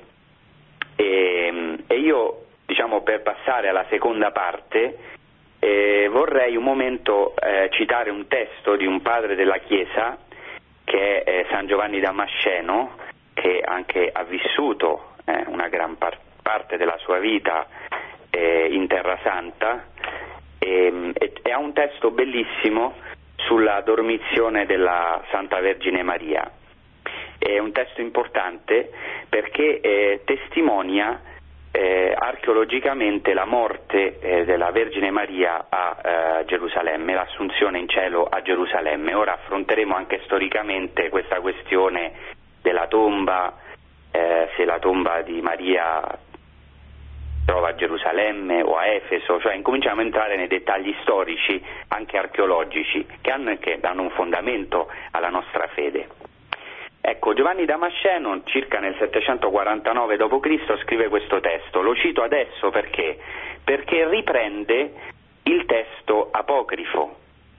Speaker 4: e io, diciamo, per passare alla seconda parte vorrei un momento citare un testo di un padre della Chiesa che è San Giovanni Damasceno, che anche ha vissuto una gran parte della sua vita in Terra Santa e ha un testo bellissimo sulla dormizione della Santa Vergine Maria. È un testo importante perché testimonia archeologicamente la morte della Vergine Maria a Gerusalemme, l'assunzione in cielo a Gerusalemme. Ora affronteremo anche storicamente questa questione della tomba, se la tomba di Maria trova a Gerusalemme o a Efeso, cioè incominciamo a entrare nei dettagli storici, anche archeologici, che danno un fondamento alla nostra fede. Ecco, Giovanni Damasceno, circa nel 749 d.C., scrive questo testo. Lo cito adesso perché riprende il testo apocrifo.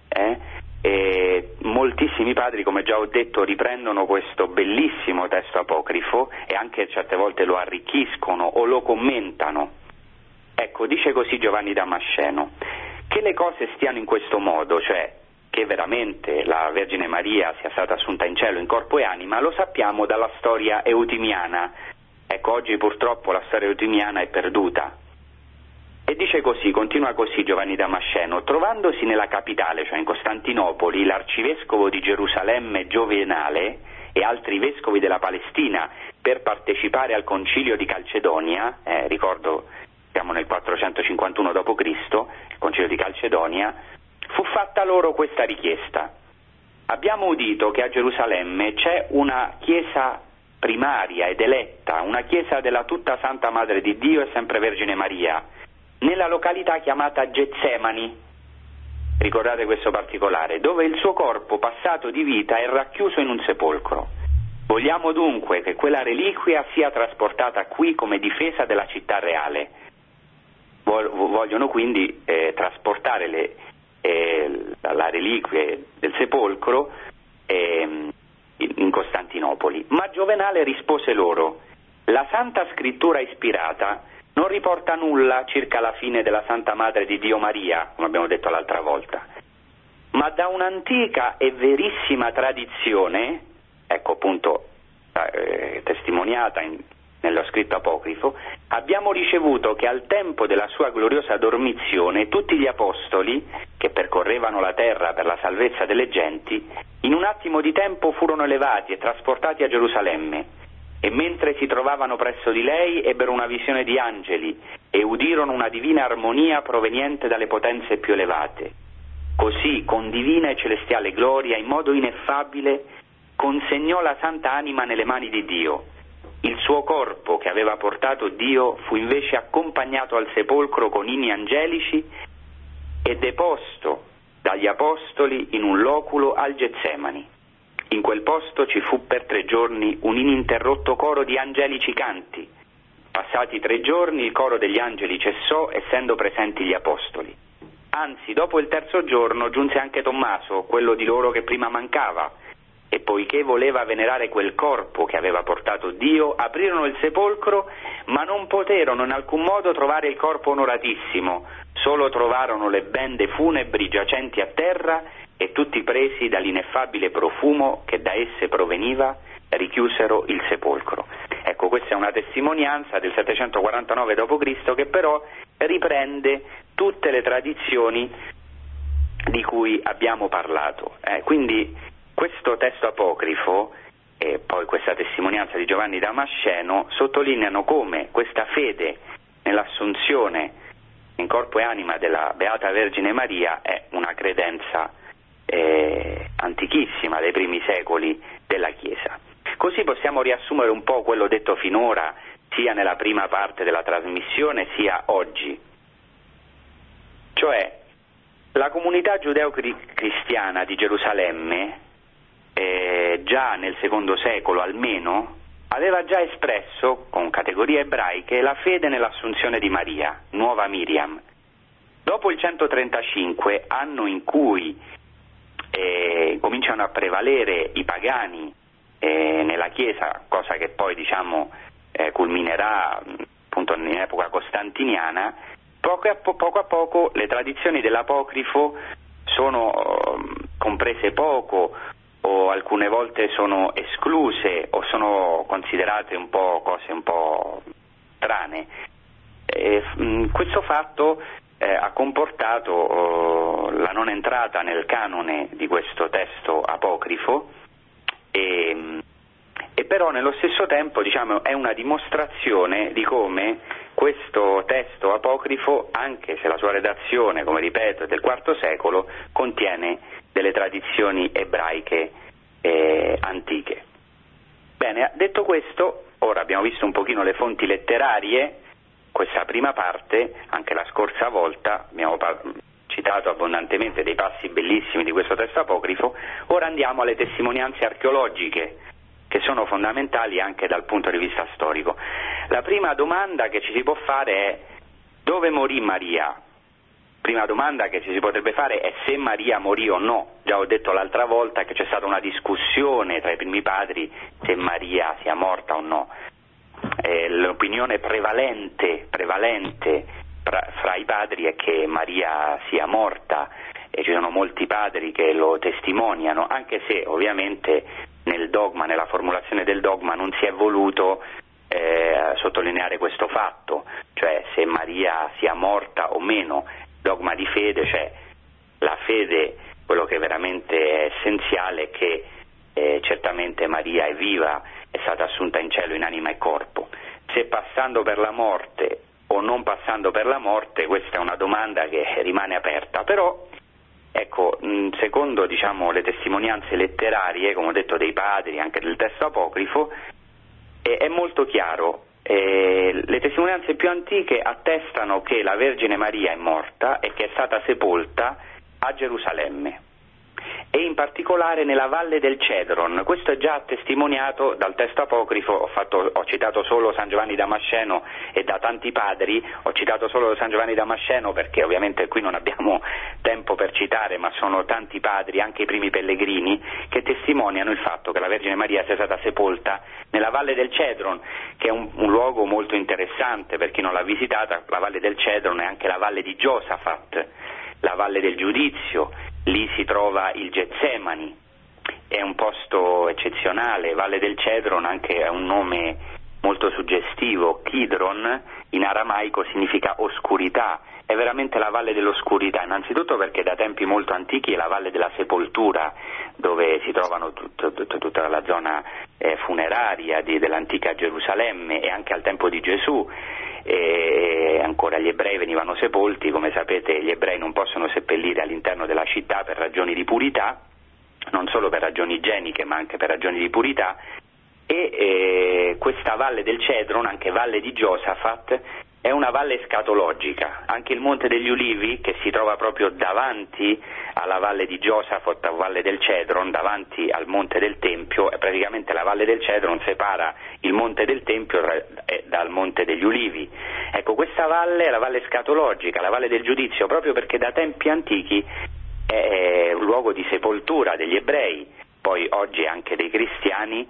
Speaker 4: E moltissimi padri, come già ho detto, riprendono questo bellissimo testo apocrifo e anche certe volte lo arricchiscono o lo commentano. Ecco, dice così Giovanni Damasceno: che le cose stiano in questo modo, cioè che veramente la Vergine Maria sia stata assunta in cielo in corpo e anima, lo sappiamo dalla storia eutimiana. Ecco, oggi purtroppo la storia eutimiana è perduta. E dice così, continua così Giovanni Damasceno: trovandosi nella capitale, cioè in Costantinopoli, l'arcivescovo di Gerusalemme Giovenale e altri vescovi della Palestina per partecipare al concilio di Calcedonia, ricordo siamo nel 451 d.C., il concilio di Calcedonia, fu fatta loro questa richiesta: abbiamo udito che a Gerusalemme c'è una chiesa primaria ed eletta, una chiesa della tutta Santa Madre di Dio e Sempre Vergine Maria, nella località chiamata Getsemani, ricordate questo particolare, dove il suo corpo passato di vita è racchiuso in un sepolcro. Vogliamo dunque che quella reliquia sia trasportata qui come difesa della città reale. Vogliono quindi trasportare la reliquia del sepolcro in Costantinopoli. Ma Giovenale rispose loro: la Santa Scrittura ispirata non riporta nulla circa la fine della Santa Madre di Dio Maria, come abbiamo detto l'altra volta, ma da un'antica e verissima tradizione, ecco appunto testimoniata nello scritto apocrifo, abbiamo ricevuto che al tempo della sua gloriosa dormizione tutti gli apostoli, che percorrevano la terra per la salvezza delle genti, in un attimo di tempo furono elevati e trasportati a Gerusalemme, e mentre si trovavano presso di lei ebbero una visione di angeli e udirono una divina armonia proveniente dalle potenze più elevate. Così, con divina e celestiale gloria, in modo ineffabile, consegnò la santa anima nelle mani di Dio. Il suo corpo, che aveva portato Dio, fu invece accompagnato al sepolcro con inni angelici e deposto dagli apostoli in un loculo al Getsemani. In quel posto ci fu per 3 giorni un ininterrotto coro di angelici canti. Passati 3 giorni il coro degli angeli cessò, essendo presenti gli apostoli. Anzi, dopo il 3° giorno giunse anche Tommaso, quello di loro che prima mancava, e poiché voleva venerare quel corpo che aveva portato Dio, aprirono il sepolcro, ma non poterono in alcun modo trovare il corpo onoratissimo, solo trovarono le bende funebri giacenti a terra, e tutti presi dall'ineffabile profumo che da esse proveniva, richiusero il sepolcro. Ecco, questa è una testimonianza del 749 d.C. che però riprende tutte le tradizioni di cui abbiamo parlato. Quindi questo testo apocrifo e poi questa testimonianza di Giovanni Damasceno sottolineano come questa fede nell'assunzione in corpo e anima della Beata Vergine Maria è una credenza antichissima, dei primi secoli della Chiesa. Così possiamo riassumere un po' quello detto finora, sia nella prima parte della trasmissione sia oggi. Cioè, la comunità giudeo-cristiana di Gerusalemme, già nel II secolo almeno, aveva già espresso, con categorie ebraiche, la fede nell'assunzione di Maria, nuova Miriam. Dopo il 135, anno in cui cominciano a prevalere i pagani nella Chiesa, cosa che poi culminerà appunto in epoca costantiniana, poco a poco le tradizioni dell'apocrifo sono comprese poco, o alcune volte sono escluse o sono considerate un po' cose un po' strane. Questo fatto ha comportato la non entrata nel canone di questo testo apocrifo e però nello stesso tempo è una dimostrazione di come questo testo apocrifo, anche se la sua redazione, come ripeto, è del IV secolo, contiene delle tradizioni ebraiche antiche. Bene, detto questo, ora abbiamo visto un pochino le fonti letterarie. Questa prima parte, anche la scorsa volta, abbiamo citato abbondantemente dei passi bellissimi di questo testo apocrifo. Ora andiamo alle testimonianze archeologiche, che sono fondamentali anche dal punto di vista storico. La prima domanda che ci si può fare è: dove morì Maria? Prima domanda che ci si potrebbe fare è se Maria morì o no. Già ho detto l'altra volta che c'è stata una discussione tra i primi padri se Maria sia morta o no. L'opinione prevalente fra i padri è che Maria sia morta, e ci sono molti padri che lo testimoniano, anche se ovviamente nel dogma, nella formulazione del dogma, non si è voluto sottolineare questo fatto, cioè se Maria sia morta o meno. Dogma di fede, cioè la fede, quello che veramente è essenziale è che certamente Maria è viva, è stata assunta in cielo in anima e corpo. Se passando per la morte o non passando per la morte, questa è una domanda che rimane aperta, però ecco, secondo le testimonianze letterarie, come ho detto, dei padri, anche del testo apocrifo, è molto chiaro. Le testimonianze più antiche attestano che la Vergine Maria è morta e che è stata sepolta a Gerusalemme. E in particolare nella Valle del Cedron. Questo è già testimoniato dal testo apocrifo. Ho citato solo San Giovanni Damasceno, e da tanti padri ho citato solo San Giovanni Damasceno perché ovviamente qui non abbiamo tempo per citare, ma sono tanti padri, anche i primi pellegrini, che testimoniano il fatto che la Vergine Maria sia stata sepolta nella Valle del Cedron, che è un luogo molto interessante per chi non l'ha visitata. La Valle del Cedron è anche la Valle di Giosafat, la Valle del Giudizio, lì si trova il Getsemani, è un posto eccezionale. Valle del Cedron anche è un nome molto suggestivo. Kidron in aramaico significa oscurità, è veramente la Valle dell'oscurità, innanzitutto perché da tempi molto antichi è la Valle della Sepoltura, dove si trovano tutta la zona funeraria dell'antica Gerusalemme, e anche al tempo di Gesù e ancora gli ebrei venivano sepolti. Come sapete, gli ebrei non possono seppellire all'interno della città per ragioni di purità, non solo per ragioni igieniche ma anche per ragioni di purità, e questa Valle del Cedron, anche Valle di Giosafat, è una valle escatologica. Anche il Monte degli Ulivi, che si trova proprio davanti alla Valle di Giosafat, Valle del Cedron, davanti al Monte del Tempio, e praticamente la Valle del Cedron separa il Monte del Tempio dal Monte degli Ulivi. Ecco, questa valle è la valle escatologica, la Valle del Giudizio, proprio perché da tempi antichi è un luogo di sepoltura degli ebrei, poi oggi anche dei cristiani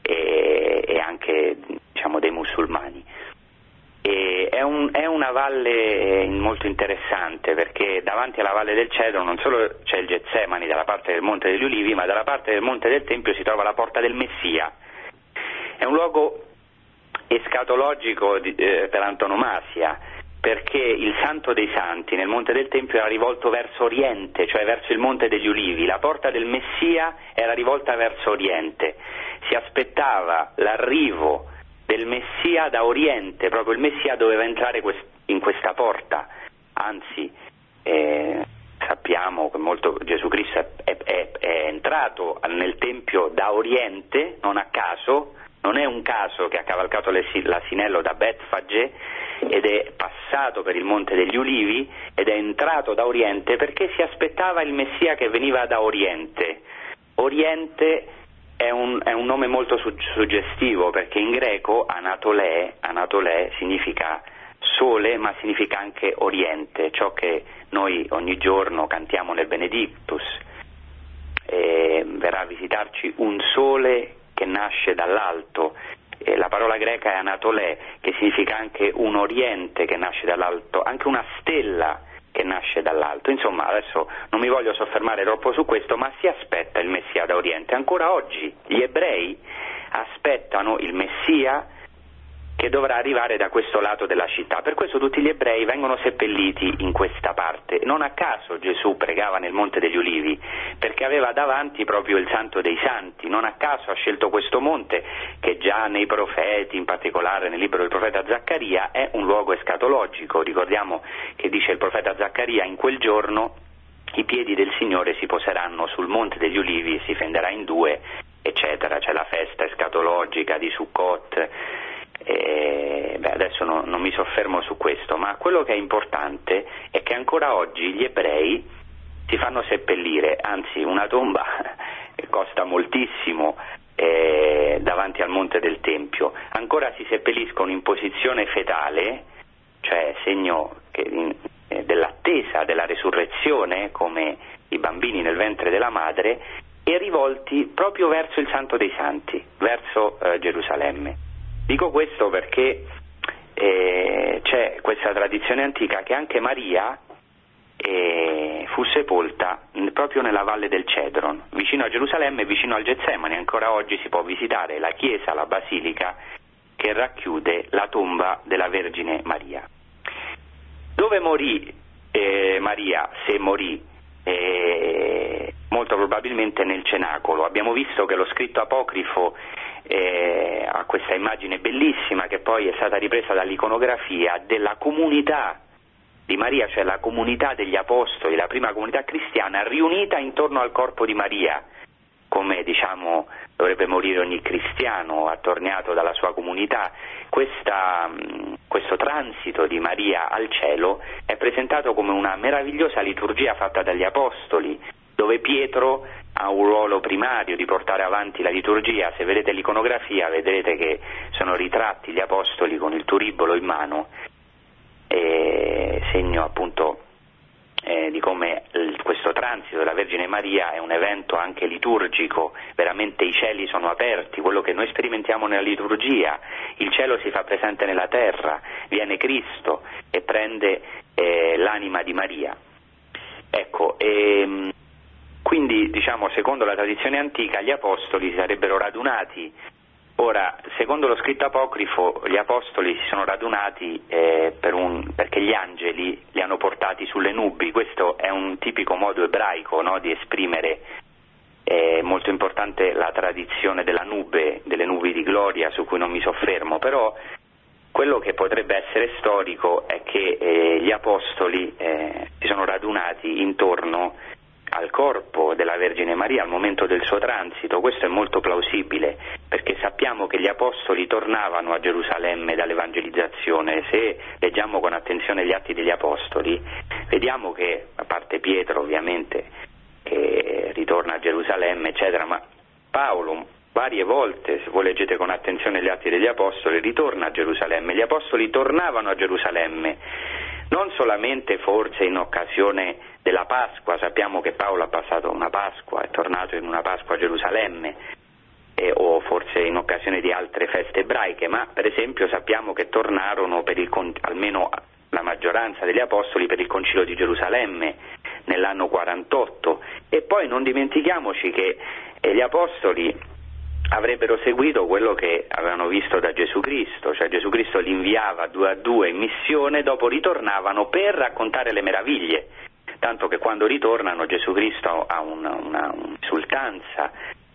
Speaker 4: e anche, diciamo, dei musulmani. E è una valle molto interessante, perché davanti alla Valle del Cedro non solo c'è il Getsemani dalla parte del Monte degli Ulivi, ma dalla parte del Monte del Tempio si trova la Porta del Messia. È un luogo escatologico per antonomasia, perché il Santo dei Santi nel Monte del Tempio era rivolto verso Oriente, cioè verso il Monte degli Ulivi. La Porta del Messia era rivolta verso Oriente. Si aspettava l'arrivo del Messia da Oriente, proprio il Messia doveva entrare in questa porta. Anzi, sappiamo che Gesù Cristo è entrato nel Tempio da Oriente, non a caso. Non è un caso che ha cavalcato l'asinello da Betfage ed è passato per il Monte degli Ulivi ed è entrato da Oriente, perché si aspettava il Messia che veniva da Oriente. Oriente è un nome molto suggestivo, perché in greco Anatolè significa sole, ma significa anche Oriente, ciò che noi ogni giorno cantiamo nel Benedictus. Verrà a visitarci un sole che nasce dall'alto. La parola greca è Anatolè, che significa anche un oriente che nasce dall'alto, anche una stella che nasce dall'alto. Insomma, adesso non mi voglio soffermare troppo su questo, ma si aspetta il Messia da Oriente. Ancora oggi gli ebrei aspettano il Messia che dovrà arrivare da questo lato della città. Per questo tutti gli ebrei vengono seppelliti in questa parte. Non a caso Gesù pregava nel Monte degli Ulivi, perché aveva davanti proprio il Santo dei Santi. Non a caso ha scelto questo monte, che già nei profeti, in particolare nel libro del profeta Zaccaria, è un luogo escatologico. Ricordiamo che dice il profeta Zaccaria: in quel giorno i piedi del Signore si poseranno sul Monte degli Ulivi e si fenderà in due, eccetera. C'è la festa escatologica di Sukkot. Adesso non mi soffermo su questo, ma quello che è importante è che ancora oggi gli ebrei si fanno seppellire, anzi una tomba costa moltissimo davanti al Monte del Tempio. Ancora si seppelliscono in posizione fetale, cioè segno dell'attesa della resurrezione, come i bambini nel ventre della madre, e rivolti proprio verso il Santo dei Santi, verso Gerusalemme. Dico questo perché c'è questa tradizione antica che anche Maria fu sepolta proprio nella Valle del Cedron, vicino a Gerusalemme e vicino al Getsemani. Ancora oggi si può visitare la chiesa, la basilica, che racchiude la tomba della Vergine Maria. Dove morì Maria, se morì? Molto probabilmente nel cenacolo. Abbiamo visto che lo scritto apocrifo ha questa immagine bellissima, che poi è stata ripresa dall'iconografia, della comunità di Maria, cioè la comunità degli apostoli, la prima comunità cristiana riunita intorno al corpo di Maria, come diciamo dovrebbe morire ogni cristiano attorniato dalla sua comunità. Questo transito di Maria al cielo è presentato come una meravigliosa liturgia fatta dagli apostoli, dove Pietro ha un ruolo primario di portare avanti la liturgia. Se vedete l'iconografia vedrete che sono ritratti gli apostoli con il turibolo in mano, segno appunto di come questo transito della Vergine Maria è un evento anche liturgico, veramente i cieli sono aperti, quello che noi sperimentiamo nella liturgia, il cielo si fa presente nella terra, viene Cristo e prende l'anima di Maria. Ecco, quindi diciamo secondo la tradizione antica gli apostoli si sarebbero radunati. Ora, secondo lo scritto apocrifo, gli apostoli si sono radunati perché gli angeli li hanno portati sulle nubi. Questo è un tipico modo ebraico, no, di esprimere, molto importante la tradizione della nube, delle nubi di gloria, su cui non mi soffermo, però quello che potrebbe essere storico è che gli apostoli si sono radunati intorno al corpo della Vergine Maria al momento del suo transito. Questo è molto plausibile, perché sappiamo che gli apostoli tornavano a Gerusalemme dall'evangelizzazione. Se leggiamo con attenzione gli Atti degli Apostoli, vediamo che, a parte Pietro ovviamente, che ritorna a Gerusalemme, eccetera, ma Paolo varie volte, se voi leggete con attenzione gli Atti degli Apostoli, ritorna a Gerusalemme. Gli apostoli tornavano a Gerusalemme, non solamente forse in occasione della Pasqua. Sappiamo che Paolo ha passato una Pasqua, è tornato in una Pasqua a Gerusalemme, o forse in occasione di altre feste ebraiche, ma per esempio sappiamo che tornarono almeno la maggioranza degli apostoli per il Concilio di Gerusalemme nell'anno 48, e poi non dimentichiamoci che gli apostoli avrebbero seguito quello che avevano visto da Gesù Cristo, cioè Gesù Cristo li inviava 2 a 2 in missione, dopo ritornavano per raccontare le meraviglie, tanto che quando ritornano Gesù Cristo ha un'esultanza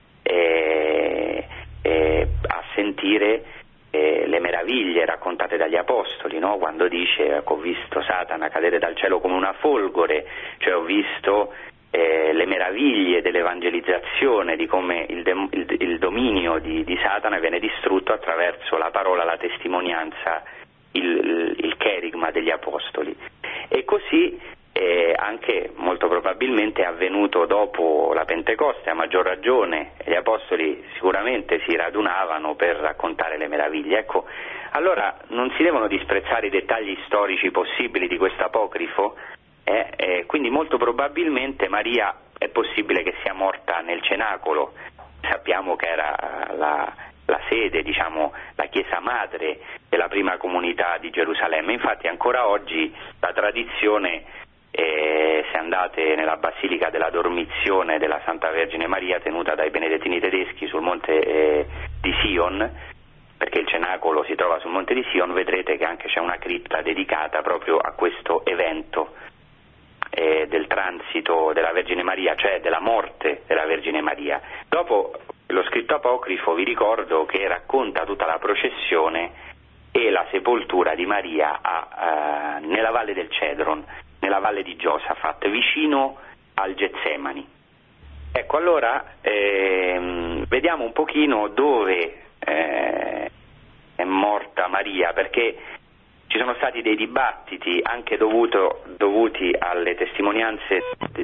Speaker 4: a sentire le meraviglie raccontate dagli apostoli, no? Quando dice: ho visto Satana cadere dal cielo come una folgore, cioè ho visto le meraviglie dell'evangelizzazione, di come il dominio di Satana viene distrutto attraverso la parola, la testimonianza, il cherigma degli apostoli. E così anche molto probabilmente è avvenuto dopo la Pentecoste, a maggior ragione gli apostoli sicuramente si radunavano per raccontare le meraviglie. Ecco, allora non si devono disprezzare i dettagli storici possibili di questo apocrifo. Quindi molto probabilmente Maria è possibile che sia morta nel cenacolo. Sappiamo che era la sede, diciamo, la chiesa madre della prima comunità di Gerusalemme. Infatti ancora oggi la tradizione, se andate nella Basilica della Dormizione della Santa Vergine Maria tenuta dai benedettini tedeschi sul monte di Sion, perché il cenacolo si trova sul monte di Sion, vedrete che anche c'è una cripta dedicata proprio a questo evento del transito della Vergine Maria, cioè della morte della Vergine Maria. Dopo lo scritto apocrifo, vi ricordo, che racconta tutta la processione e la sepoltura di Maria nella valle del Cedron, nella valle di Giosafat, vicino al Getsemani. Ecco, allora vediamo un pochino dove è morta Maria, perché ci sono stati dei dibattiti anche dovuti alle testimonianze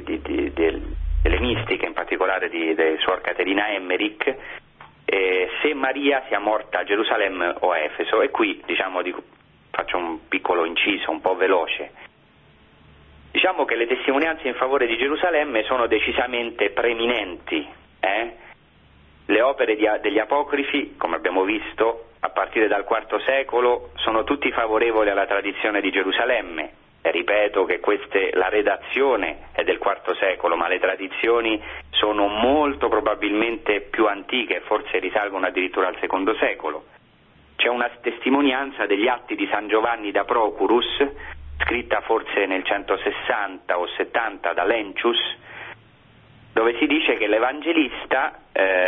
Speaker 4: delle mistiche, in particolare di Suor Caterina Emmerich, se Maria sia morta a Gerusalemme o a Efeso. E qui faccio un piccolo inciso un po' veloce. Diciamo che le testimonianze in favore di Gerusalemme sono decisamente preeminenti. Le opere degli apocrifi, come abbiamo visto, a partire dal IV secolo, sono tutti favorevoli alla tradizione di Gerusalemme. E ripeto che la redazione è del IV secolo, ma le tradizioni sono molto probabilmente più antiche, forse risalgono addirittura al II secolo. C'è una testimonianza degli Atti di San Giovanni da Procurus, scritta forse nel 160 o 70 da Lencius, dove si dice che l'Evangelista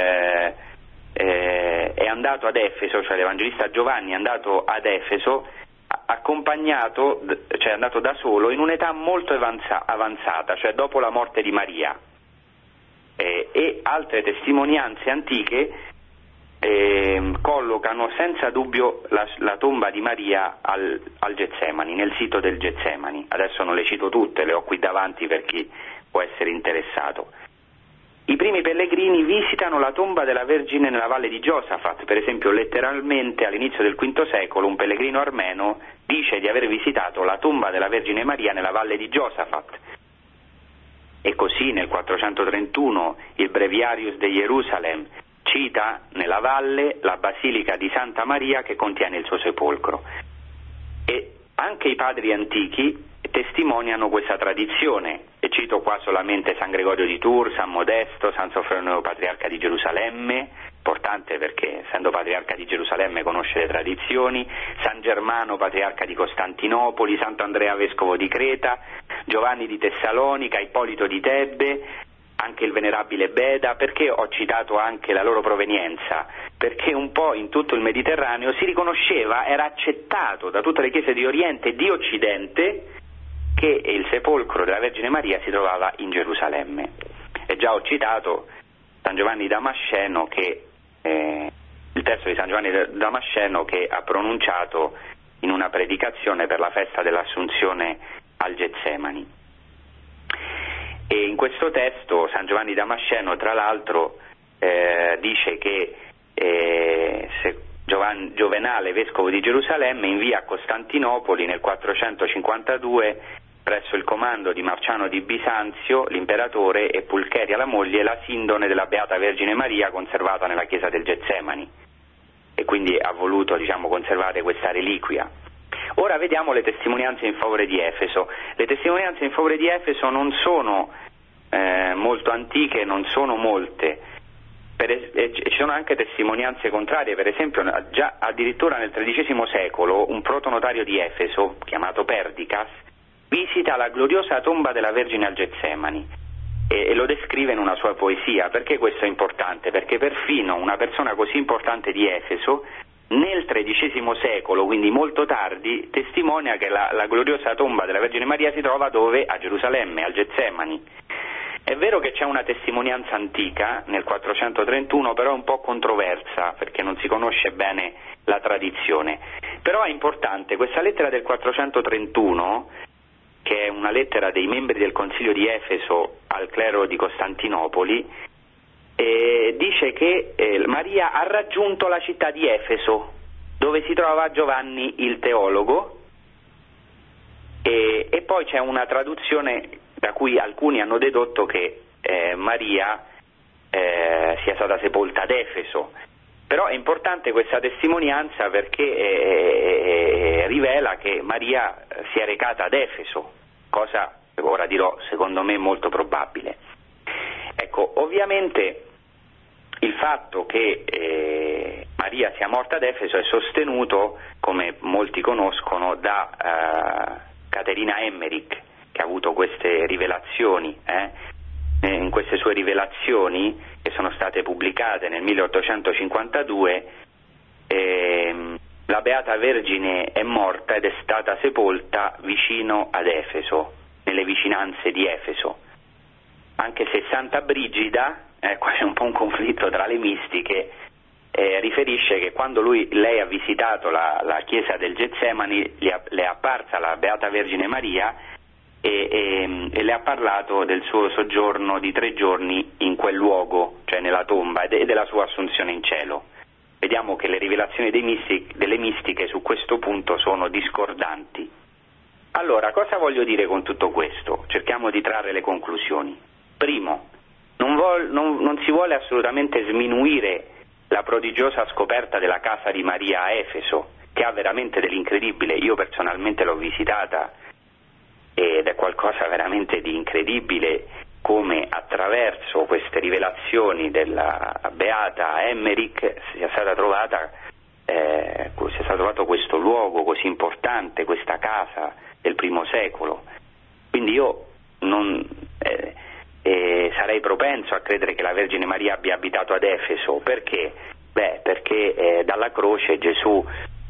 Speaker 4: è andato ad Efeso, cioè l'Evangelista Giovanni è andato ad Efeso accompagnato, cioè è andato da solo in un'età molto avanzata, cioè dopo la morte di Maria, e altre testimonianze antiche collocano senza dubbio la tomba di Maria al Getsemani, nel sito del Getsemani. Adesso non le cito tutte, le ho qui davanti per chi può essere interessato. I primi pellegrini visitano la tomba della Vergine nella valle di Giosafat. Per esempio, letteralmente all'inizio del V secolo un pellegrino armeno dice di aver visitato la tomba della Vergine Maria nella valle di Giosafat. E così nel 431 il Breviarius de Jerusalem cita nella valle la Basilica di Santa Maria che contiene il suo sepolcro. E anche i padri antichi testimoniano questa tradizione, e cito qua solamente San Gregorio di Tours, San Modesto, San Sofronio Patriarca di Gerusalemme, importante perché essendo Patriarca di Gerusalemme conosce le tradizioni, San Germano Patriarca di Costantinopoli, Sant'Andrea Vescovo di Creta, Giovanni di Tessalonica, Ippolito di Tebbe, anche il venerabile Beda. Perché ho citato anche la loro provenienza? Perché un po' in tutto il Mediterraneo si riconosceva, era accettato da tutte le chiese di Oriente e di Occidente che il sepolcro della Vergine Maria si trovava in Gerusalemme. E già ho citato San Giovanni Damasceno, il testo di San Giovanni Damasceno che ha pronunciato in una predicazione per la festa dell'Assunzione al Getsemani. E in questo testo San Giovanni Damasceno, tra l'altro, dice che Giovenale, vescovo di Gerusalemme, invia a Costantinopoli nel 452, presso il comando di Marciano di Bisanzio, l'imperatore, e Pulcheria la moglie, la sindone della Beata Vergine Maria conservata nella chiesa del Getsemani, e quindi ha voluto, conservare questa reliquia. Ora vediamo le testimonianze in favore di Efeso. Le testimonianze in favore di Efeso non sono molto antiche, non sono molte. Ci sono anche testimonianze contrarie. Per esempio, già addirittura nel XIII secolo un protonotario di Efeso, chiamato Perdicas, visita la gloriosa tomba della Vergine al Getsemani e lo descrive in una sua poesia. Perché questo è importante? Perché perfino una persona così importante di Efeso nel XIII secolo, quindi molto tardi, testimonia che la gloriosa tomba della Vergine Maria si trova dove? A Gerusalemme, al Getsemani. È vero che c'è una testimonianza antica nel 431, però è un po' controversa perché non si conosce bene la tradizione. Però è importante, questa lettera del 431, che è una lettera dei membri del Concilio di Efeso al clero di Costantinopoli, dice che Maria ha raggiunto la città di Efeso, dove si trova Giovanni il teologo, e poi c'è una traduzione da cui alcuni hanno dedotto che Maria sia stata sepolta ad Efeso. Però è importante questa testimonianza perché rivela che Maria si è recata ad Efeso, cosa, ora dirò, secondo me molto probabile. Ecco, ovviamente il fatto che Maria sia morta ad Efeso è sostenuto, come molti conoscono, da Caterina Emmerich, che ha avuto queste rivelazioni. In queste sue rivelazioni, che sono state pubblicate nel 1852, la Beata Vergine è morta ed è stata sepolta vicino ad Efeso, nelle vicinanze di Efeso. Anche se Santa Brigida, qua c'è un po' un conflitto tra le mistiche, riferisce che quando lei ha visitato la chiesa del Getsemani le è apparsa la Beata Vergine Maria e le ha parlato del suo soggiorno di 3 giorni in quel luogo, cioè nella tomba, e della sua assunzione in cielo. Vediamo che le rivelazioni delle mistiche su questo punto sono discordanti. Allora, cosa voglio dire con tutto questo? Cerchiamo di trarre le conclusioni. Primo, non si vuole assolutamente sminuire la prodigiosa scoperta della casa di Maria a Efeso, che ha veramente dell'incredibile. Io personalmente l'ho visitata ed è qualcosa veramente di incredibile come attraverso queste rivelazioni della Beata Emmerich sia stato trovato questo luogo così importante, questa casa del I secolo. Quindi io sarei propenso a credere che la Vergine Maria abbia abitato ad Efeso. Perché? Perché dalla croce Gesù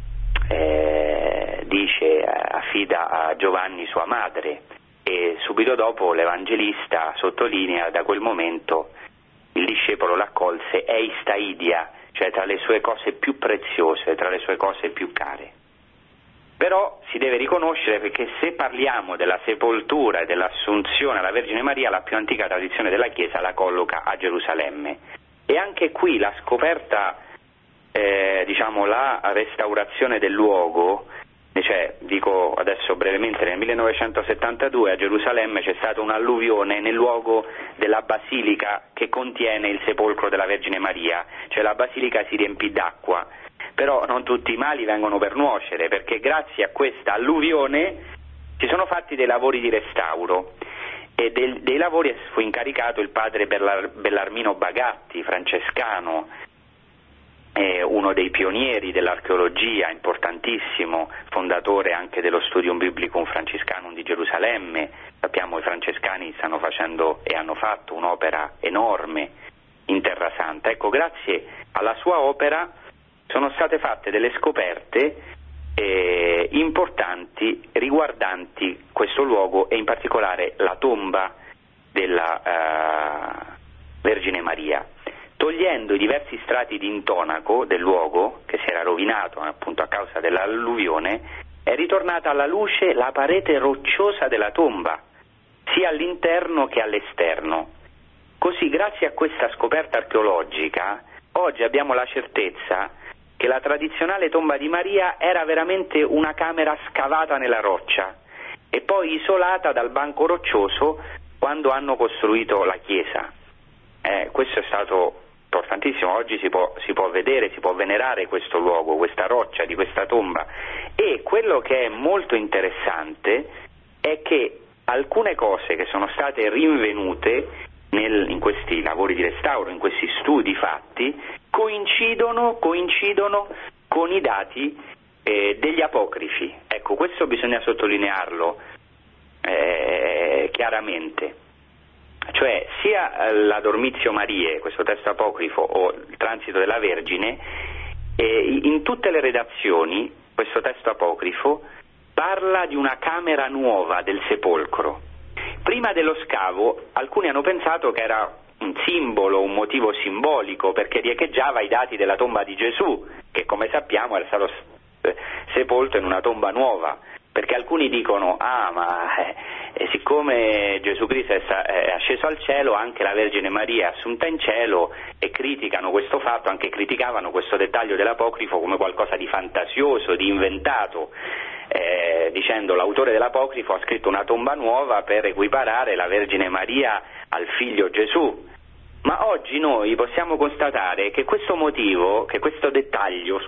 Speaker 4: affida a Giovanni sua madre, e subito dopo l'Evangelista sottolinea: da quel momento il discepolo l'accolse eista idia, cioè tra le sue cose più preziose, tra le sue cose più care. Però si deve riconoscere, perché se parliamo della sepoltura e dell'assunzione alla Vergine Maria, la più antica tradizione della Chiesa la colloca a Gerusalemme. E anche qui la scoperta, la restaurazione del luogo, cioè, dico adesso brevemente, nel 1972 a Gerusalemme c'è stata un'alluvione nel luogo della basilica che contiene il sepolcro della Vergine Maria, cioè la basilica si riempì d'acqua. Però non tutti i mali vengono per nuocere, perché grazie a questa alluvione si sono fatti dei lavori di restauro e dei lavori fu incaricato il padre Bellarmino Bagatti, francescano, uno dei pionieri dell'archeologia, importantissimo, fondatore anche dello Studium Biblicum Franciscanum di Gerusalemme. Sappiamo i francescani stanno facendo e hanno fatto un'opera enorme in Terra Santa. Ecco, grazie alla sua opera sono state fatte delle scoperte importanti riguardanti questo luogo e in particolare la tomba della Vergine Maria. Togliendo i diversi strati di intonaco del luogo, che si era rovinato appunto a causa dell'alluvione, è ritornata alla luce la parete rocciosa della tomba, sia all'interno che all'esterno. Così, grazie a questa scoperta archeologica, oggi abbiamo la certezza che la tradizionale tomba di Maria era veramente una camera scavata nella roccia e poi isolata dal banco roccioso quando hanno costruito la chiesa. Questo è stato importantissimo. Oggi si può vedere, si può venerare questo luogo, questa roccia di questa tomba. E quello che è molto interessante è che alcune cose che sono state rinvenute in questi lavori di restauro, in questi studi fatti, coincidono con i dati degli apocrifi. Ecco, questo bisogna sottolinearlo chiaramente. Cioè sia la Dormitio Mariae, questo testo apocrifo, o il Transito della Vergine, in tutte le redazioni questo testo apocrifo parla di una camera nuova del sepolcro. Prima dello scavo alcuni hanno pensato che era un simbolo, un motivo simbolico, perché riecheggiava i dati della tomba di Gesù, che come sappiamo era stato sepolto in una tomba nuova. Perché alcuni dicono, siccome Gesù Cristo è asceso al cielo, anche la Vergine Maria è assunta in cielo, e criticano questo fatto, anche criticavano questo dettaglio dell'apocrifo come qualcosa di fantasioso, di inventato, dicendo l'autore dell'apocrifo ha scritto una tomba nuova per equiparare la Vergine Maria al figlio Gesù. Ma oggi noi possiamo constatare che questo dettaglio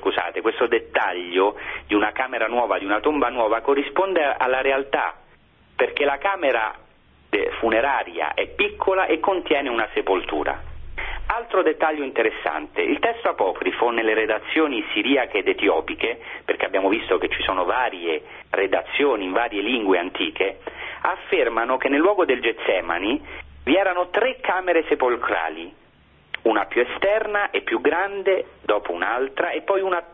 Speaker 4: di una camera nuova, di una tomba nuova, corrisponde alla realtà, perché la camera funeraria è piccola e contiene una sepoltura. Altro dettaglio interessante, il testo apocrifo nelle redazioni siriache ed etiopiche, perché abbiamo visto che ci sono varie redazioni in varie lingue antiche, affermano che nel luogo del Getsemani vi erano 3 camere sepolcrali, una più esterna e più grande, dopo un'altra, e poi una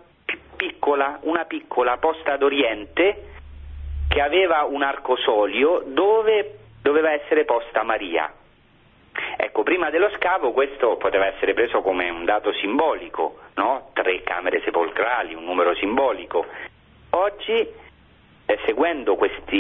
Speaker 4: piccola posta ad oriente che aveva un arcosolio dove doveva essere posta Maria. Ecco, prima dello scavo questo poteva essere preso come un dato simbolico, no? 3 camere sepolcrali, un numero simbolico. Oggi, seguendo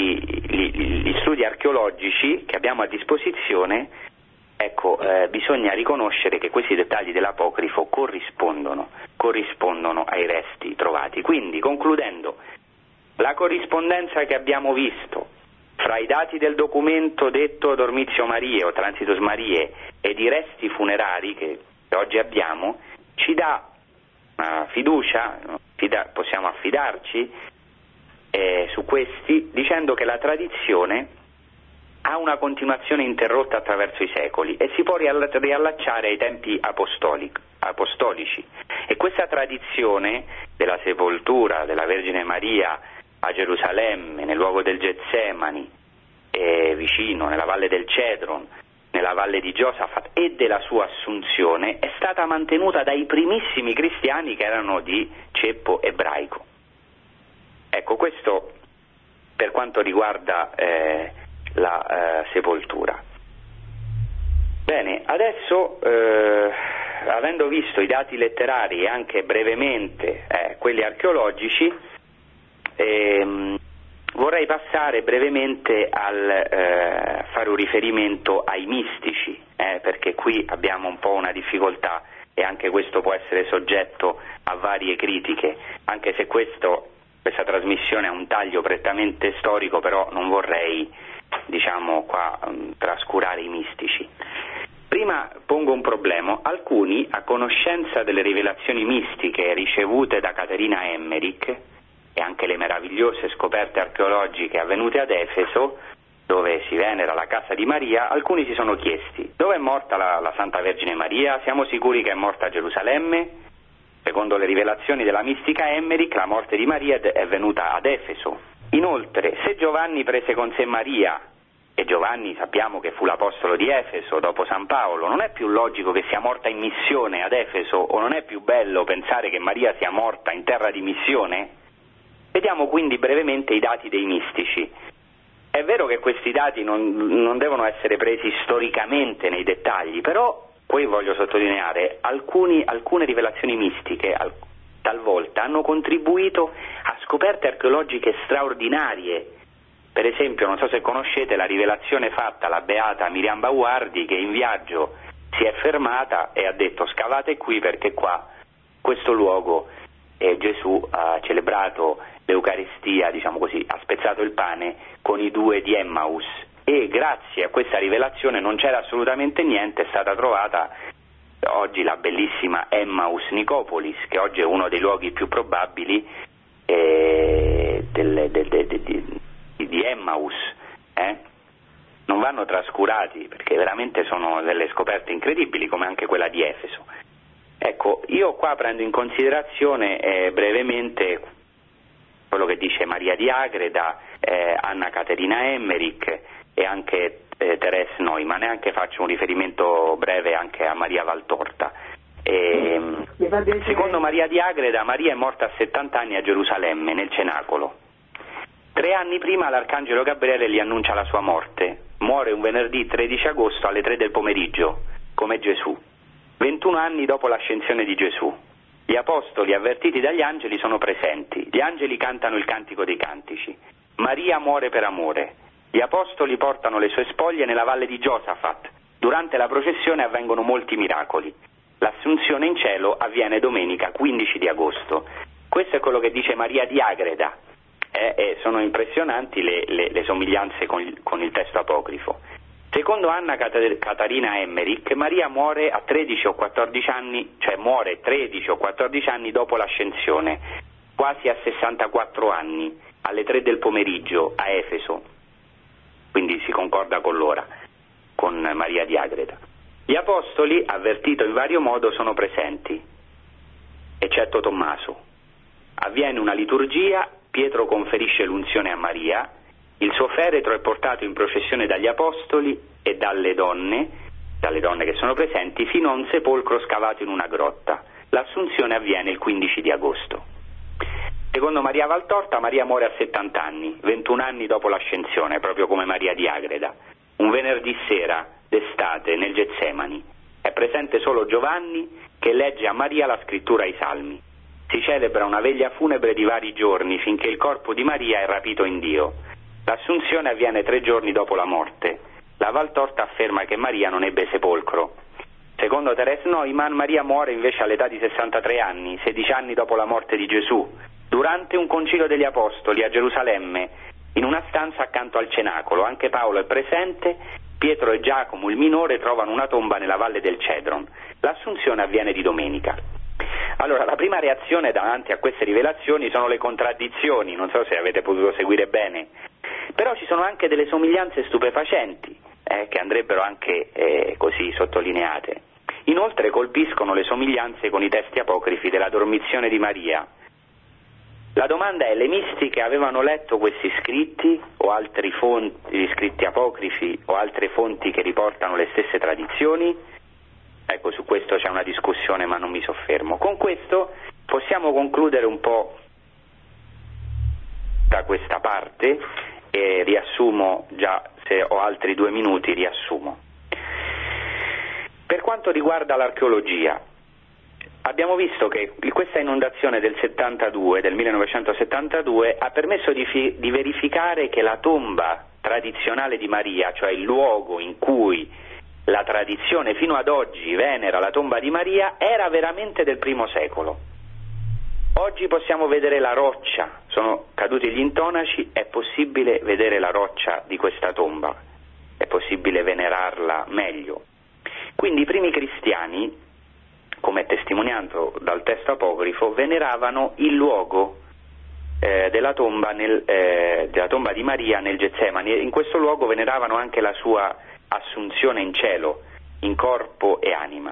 Speaker 4: gli studi archeologici che abbiamo a disposizione, ecco, bisogna riconoscere che questi dettagli dell'apocrifo corrispondono ai resti trovati. Quindi, concludendo, la corrispondenza che abbiamo visto fra i dati del documento detto Dormitio Mariae o Transitus Mariae ed i resti funerari che oggi abbiamo ci dà fiducia, possiamo affidarci su questi, dicendo che la tradizione ha una continuazione interrotta attraverso i secoli e si può riallacciare ai tempi apostolici, e questa tradizione della sepoltura della Vergine Maria a Gerusalemme, nel luogo del Getsemani, vicino, nella valle del Cedron, nella valle di Giosafat, e della sua assunzione, è stata mantenuta dai primissimi cristiani che erano di ceppo ebraico. Ecco, questo per quanto riguarda la sepoltura. Bene, adesso avendo visto i dati letterari e anche brevemente quelli archeologici, Vorrei passare brevemente al fare un riferimento ai mistici, perché qui abbiamo un po' una difficoltà e anche questo può essere soggetto a varie critiche, anche se questa trasmissione ha un taglio prettamente storico, però non vorrei, qua trascurare i mistici. Prima pongo un problema: alcuni, a conoscenza delle rivelazioni mistiche ricevute da Caterina Emmerich e anche le meravigliose scoperte archeologiche avvenute ad Efeso, dove si venera la casa di Maria, alcuni si sono chiesti: dove è morta la Santa Vergine Maria? Siamo sicuri che è morta a Gerusalemme? Secondo le rivelazioni della mistica Emmerich, la morte di Maria è venuta ad Efeso. Inoltre, se Giovanni prese con sé Maria, e Giovanni sappiamo che fu l'apostolo di Efeso dopo San Paolo, non è più logico che sia morta in missione ad Efeso, o non è più bello pensare che Maria sia morta in terra di missione? Vediamo quindi brevemente i dati dei mistici. È vero che questi dati non devono essere presi storicamente nei dettagli, però qui voglio sottolineare alcune rivelazioni mistiche talvolta hanno contribuito a scoperte archeologiche straordinarie. Per esempio, non so se conoscete la rivelazione fatta alla beata Miriam Bauardi, che in viaggio si è fermata e ha detto: scavate qui perché qua, questo luogo, Gesù ha celebrato l'Eucaristia, ha spezzato il pane con i due di Emmaus, e grazie a questa rivelazione non c'era assolutamente niente, è stata trovata oggi la bellissima Emmaus Nicopolis, che oggi è uno dei luoghi più probabili di Emmaus. Non vanno trascurati, perché veramente sono delle scoperte incredibili, come anche quella di Efeso. Ecco, io qua prendo in considerazione brevemente quello che dice Maria di Agreda, Anna Caterina Emmerich e anche Therese Neumann, e anche faccio un riferimento breve anche a Maria Valtorta. Secondo Maria di Agreda, Maria è morta a 70 anni a Gerusalemme, nel cenacolo. 3 anni prima l'arcangelo Gabriele gli annuncia la sua morte. Muore un venerdì 13 agosto alle 3 del pomeriggio, come Gesù. 21 anni dopo l'ascensione di Gesù. Gli apostoli, avvertiti dagli angeli, sono presenti. Gli angeli cantano il cantico dei cantici. Maria muore per amore. Gli apostoli portano le sue spoglie nella valle di Giosafat. Durante la processione avvengono molti miracoli. L'assunzione in cielo avviene domenica 15 di agosto. Questo è quello che dice Maria di Agreda. Sono impressionanti le somiglianze con il testo apocrifo. Secondo Anna Caterina Emmerich, Maria muore a 13 o 14 anni, cioè muore 13 o 14 anni dopo l'ascensione, quasi a 64 anni, alle 3 del pomeriggio a Efeso. Quindi si concorda con l'ora, con Maria di Agreda. Gli apostoli, avvertito in vario modo, sono presenti, eccetto Tommaso. Avviene una liturgia, Pietro conferisce l'unzione a Maria, il suo feretro è portato in processione dagli apostoli e dalle donne che sono presenti, fino a un sepolcro scavato in una grotta. L'assunzione avviene il 15 di agosto. Secondo Maria Valtorta, Maria muore a 70 anni, 21 anni dopo l'ascensione, proprio come Maria di Agreda. Un venerdì sera d'estate nel Getsemani. È presente solo Giovanni, che legge a Maria la scrittura ai Salmi. Si celebra una veglia funebre di vari giorni finché il corpo di Maria è rapito in Dio. L'assunzione avviene 3 giorni dopo la morte. La Valtorta afferma che Maria non ebbe sepolcro. Secondo Therese Neumann, Maria muore invece all'età di 63 anni, 16 anni dopo la morte di Gesù, durante un concilio degli Apostoli a Gerusalemme, in una stanza accanto al cenacolo. Anche Paolo è presente, Pietro e Giacomo il minore trovano una tomba nella valle del Cedron. L'assunzione avviene di domenica. Allora, la prima reazione davanti a queste rivelazioni sono le contraddizioni, non so se avete potuto seguire bene, però ci sono anche delle somiglianze stupefacenti, che andrebbero anche così sottolineate. Inoltre colpiscono le somiglianze con i testi apocrifi della dormizione di Maria. La domanda è: le mistiche avevano letto questi scritti o altri fonti, scritti apocrifi o altre fonti che riportano le stesse tradizioni? Ecco, su questo c'è una discussione, ma non mi soffermo. Con questo possiamo concludere un po' da questa parte e riassumo, già se ho altri 2 minuti riassumo. Per quanto riguarda l'archeologia, abbiamo visto che questa inondazione del 1972, ha permesso di verificare che la tomba tradizionale di Maria, cioè il luogo in cui la tradizione fino ad oggi venera la tomba di Maria, era veramente del I secolo. Oggi possiamo vedere la roccia, sono caduti gli intonaci, è possibile vedere la roccia di questa tomba, è possibile venerarla meglio. Quindi i primi cristiani, come è testimoniato dal testo apocrifo, veneravano il luogo della tomba di Maria nel Getsemani, e in questo luogo veneravano anche la sua assunzione in cielo, in corpo e anima.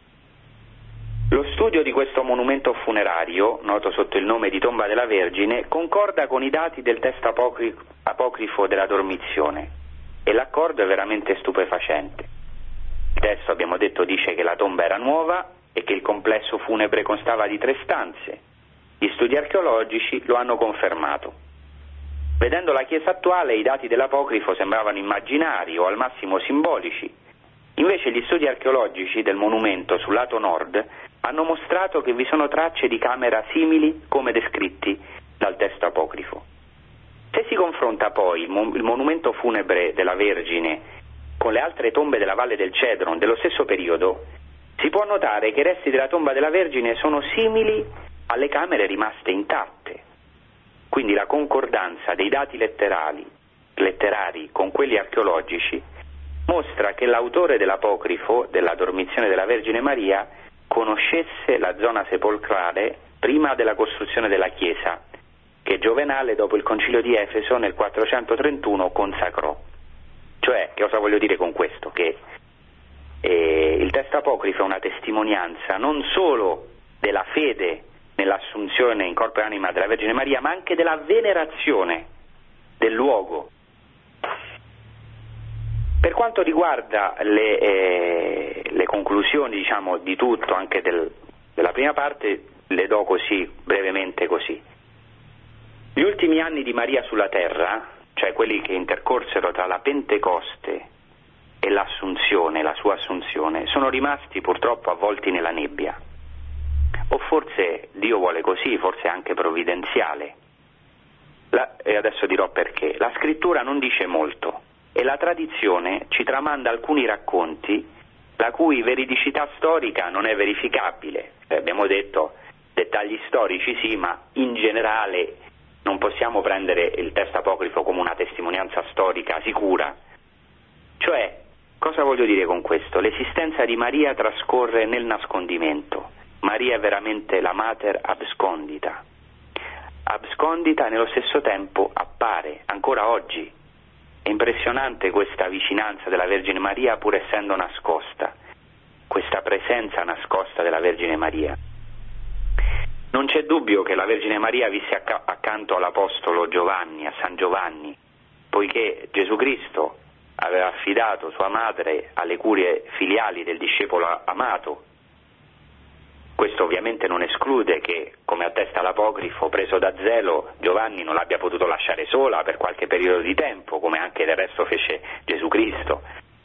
Speaker 4: Lo studio di questo monumento funerario, noto sotto il nome di Tomba della Vergine, concorda con i dati del testo apocrifo della Dormizione, e l'accordo è veramente stupefacente. Il testo, abbiamo detto, dice che la tomba era nuova e che il complesso funebre constava di 3 stanze. Gli studi archeologici lo hanno confermato. Vedendo la chiesa attuale, i dati dell'apocrifo sembravano immaginari o al massimo simbolici. Invece gli studi archeologici del monumento sul lato nord hanno mostrato che vi sono tracce di camera simili come descritti dal testo apocrifo. Se si confronta poi il monumento funebre della Vergine con le altre tombe della Valle del Cedron dello stesso periodo, si può notare che i resti della tomba della Vergine sono simili alle camere rimaste intatte. Quindi la concordanza dei dati letterari con quelli archeologici mostra che l'autore dell'apocrifo della Dormizione della Vergine Maria conoscesse la zona sepolcrale prima della costruzione della chiesa, che Giovenale, dopo il concilio di Efeso, nel 431 consacrò. Cioè, che cosa voglio dire con questo? Che il testo apocrifo è una testimonianza non solo della fede nell'assunzione in corpo e anima della Vergine Maria, ma anche della venerazione del luogo. Per quanto riguarda le conclusioni, diciamo, di tutto, anche della prima parte, le do così, brevemente così. Gli ultimi anni di Maria sulla terra, cioè quelli che intercorsero tra la Pentecoste e l'Assunzione, la sua Assunzione, sono rimasti purtroppo avvolti nella nebbia. O forse Dio vuole così, forse anche provvidenziale. E adesso dirò perché. La scrittura non dice molto e la tradizione ci tramanda alcuni racconti la cui veridicità storica non è verificabile. Abbiamo detto dettagli storici sì, ma in generale non possiamo prendere il testo apocrifo come una testimonianza storica sicura. Cioè, cosa voglio dire con questo? L'esistenza di Maria trascorre nel nascondimento. Maria è veramente la mater abscondita. Abscondita e nello stesso tempo appare, ancora oggi. È impressionante questa vicinanza della Vergine Maria pur essendo nascosta, questa presenza nascosta della Vergine Maria. Non c'è dubbio che la Vergine Maria visse accanto all'Apostolo Giovanni, a San Giovanni, poiché Gesù Cristo aveva affidato sua madre alle curie filiali del discepolo amato. Questo ovviamente non esclude che, come attesta l'apocrifo, preso da zelo, Giovanni non l'abbia potuto lasciare sola per qualche periodo di tempo, come anche del resto fece Gesù Cristo.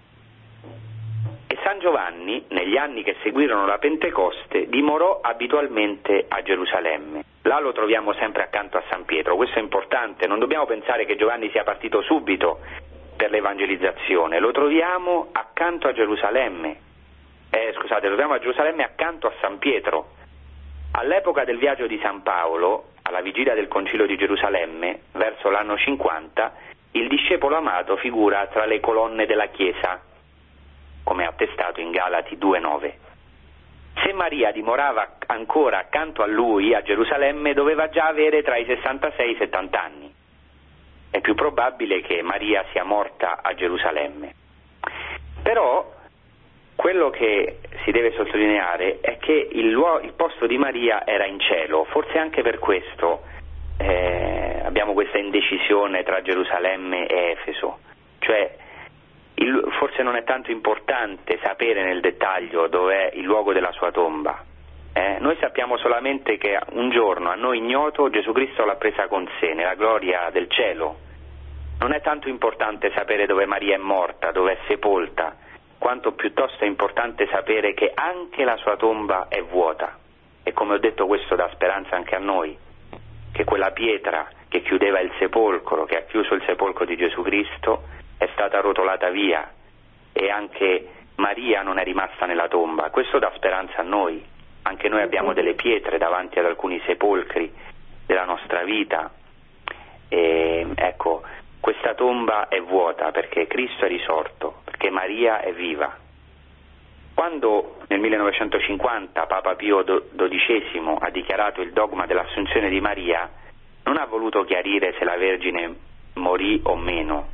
Speaker 4: E San Giovanni, negli anni che seguirono la Pentecoste, dimorò abitualmente a Gerusalemme. Là lo troviamo sempre accanto a San Pietro. Questo è importante, non dobbiamo pensare che Giovanni sia partito subito per l'evangelizzazione, lo troviamo accanto a Gerusalemme. Lo troviamo a Gerusalemme accanto a San Pietro. All'epoca del viaggio di San Paolo, alla vigilia del Concilio di Gerusalemme, verso l'anno 50, il discepolo amato figura tra le colonne della Chiesa, come attestato in Galati 2,9. Se Maria dimorava ancora accanto a lui a Gerusalemme, doveva già avere tra i 66 e i 70 anni. È più probabile che Maria sia morta a Gerusalemme. Però quello che si deve sottolineare è che il posto di Maria era in cielo, forse anche per questo abbiamo questa indecisione tra Gerusalemme e Efeso, cioè forse non è tanto importante sapere nel dettaglio dov'è il luogo della sua tomba. Noi sappiamo solamente che un giorno a noi ignoto Gesù Cristo l'ha presa con sé nella gloria del cielo. Non è tanto importante sapere dove Maria è morta, dove è sepolta, quanto piuttosto è importante sapere che anche la sua tomba è vuota. e come ho detto questo dà speranza anche a noi, che quella pietra che chiudeva il sepolcro, che ha chiuso il sepolcro di Gesù Cristo, è stata rotolata via e anche Maria non è rimasta nella tomba. Questo dà speranza a noi. Anche noi abbiamo delle pietre davanti ad alcuni sepolcri della nostra vita. E, ecco, questa tomba è vuota perché Cristo è risorto, perché Maria è viva. Quando nel 1950 Papa Pio XII ha dichiarato il dogma dell'Assunzione di Maria, non ha voluto chiarire se la Vergine morì o meno,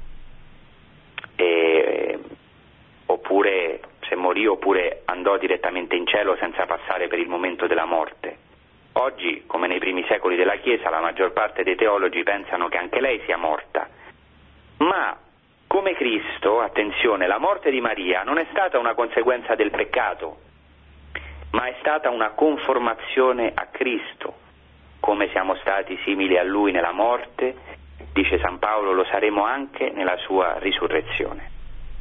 Speaker 4: oppure se morì oppure andò direttamente in cielo senza passare per il momento della morte. Oggi, come nei primi secoli della Chiesa, la maggior parte dei teologi pensano che anche lei sia morta. Ma, come Cristo, attenzione, la morte di Maria non è stata una conseguenza del peccato, ma è stata una conformazione a Cristo. Come siamo stati simili a Lui nella morte, dice San Paolo, lo saremo anche nella sua risurrezione.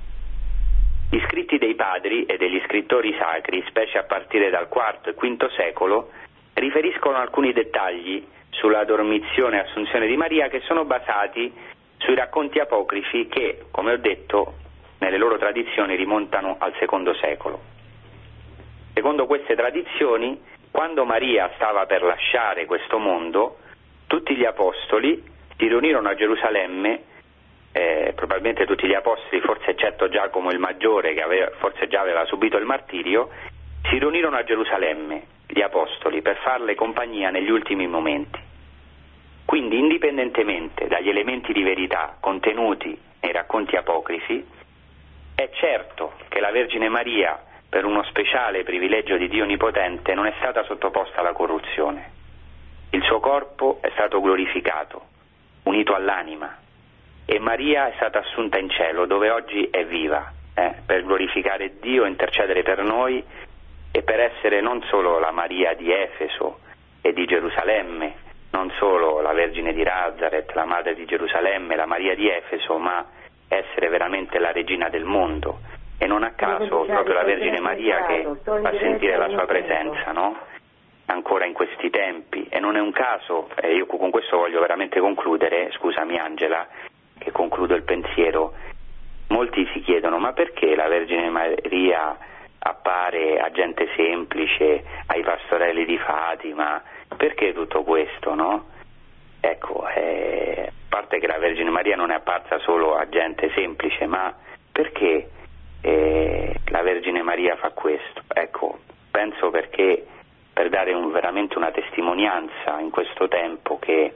Speaker 4: Gli scritti dei padri e degli scrittori sacri, specie a partire dal IV e V secolo, riferiscono alcuni dettagli sulla dormizione e assunzione di Maria che sono basati sui racconti apocrifi che, come ho detto, nelle loro tradizioni rimontano al II secolo. Secondo queste tradizioni, quando Maria stava per lasciare questo mondo, tutti gli apostoli si riunirono a Gerusalemme, probabilmente tutti gli apostoli, forse eccetto Giacomo il Maggiore che forse già aveva subito il martirio, si riunirono a Gerusalemme, gli apostoli, per farle compagnia negli ultimi momenti. Quindi, indipendentemente dagli elementi di verità contenuti nei racconti apocrifi, è certo che la Vergine Maria, per uno speciale privilegio di Dio Onnipotente, non è stata sottoposta alla corruzione. Il suo corpo è stato glorificato, unito all'anima, e Maria è stata assunta in cielo, dove oggi è viva, per glorificare Dio, intercedere per noi e per essere non solo la Maria di Efeso e di Gerusalemme, non solo la Vergine di Nazareth, la Madre di Gerusalemme, la Maria di Efeso, ma essere veramente la Regina del mondo. E non a caso proprio la Vergine Maria che fa sentire la sua presenza, no? Ancora in questi tempi. E non è un caso, io con questo voglio veramente concludere, scusami Angela, che concludo il pensiero. Molti si chiedono: ma perché la Vergine Maria appare a gente semplice, ai pastorelli di Fatima? Perché tutto questo, no? Ecco, a parte che la Vergine Maria non è apparsa solo a gente semplice, ma perché la Vergine Maria fa questo? Ecco, penso perché per dare veramente una testimonianza in questo tempo che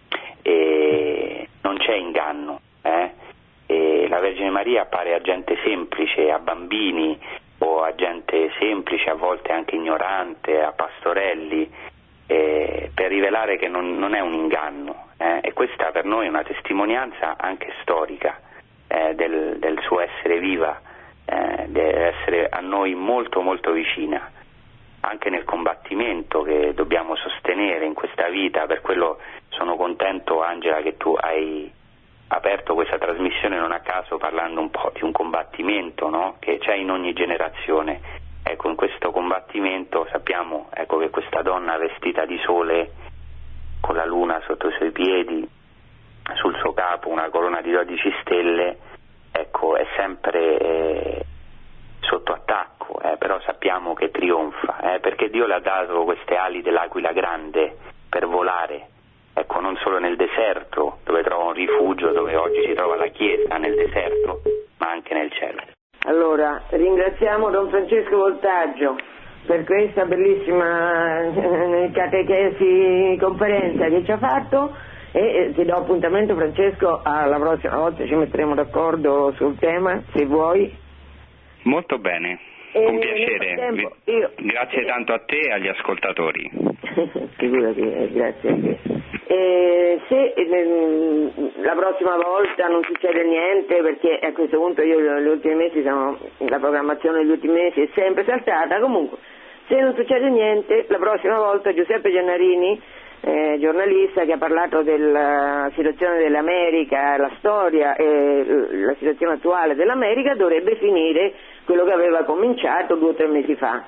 Speaker 4: non c'è inganno, e la Vergine Maria appare a gente semplice, a bambini o a gente semplice, a volte anche ignorante, a pastorelli, per rivelare che non è un inganno, e questa per noi è una testimonianza anche storica del suo essere viva, dell'essere a noi molto molto vicina, anche nel combattimento che dobbiamo sostenere in questa vita. Per quello sono contento, Angela, che tu hai aperto questa trasmissione non a caso parlando un po' di un combattimento, no? Che c'è in ogni generazione. Ecco, in questo combattimento sappiamo, ecco, che questa donna vestita di sole, con la luna sotto i suoi piedi, sul suo capo una corona di 12 stelle, ecco, è sempre sotto attacco, però sappiamo che trionfa, perché Dio le ha dato queste ali dell'aquila grande per volare, ecco, non solo nel deserto, dove trova un rifugio, dove oggi si trova la Chiesa nel deserto, ma anche nel cielo.
Speaker 2: Allora, ringraziamo Don Francesco Voltaggio per questa bellissima catechesi conferenza che ci ha fatto, e ti do appuntamento, Francesco, alla prossima volta ci metteremo d'accordo sul tema, se vuoi.
Speaker 3: Molto bene, con piacere. Grazie tanto a te e agli ascoltatori.
Speaker 2: Figurati, grazie a te. Se la prossima volta non succede niente, perché a questo punto io gli ultimi mesi la programmazione degli ultimi mesi è sempre saltata, comunque se non succede niente, la prossima volta Giuseppe Gennarini, giornalista che ha parlato della situazione dell'America, la storia e la situazione attuale dell'America, dovrebbe finire quello che aveva cominciato 2 o 3 mesi fa.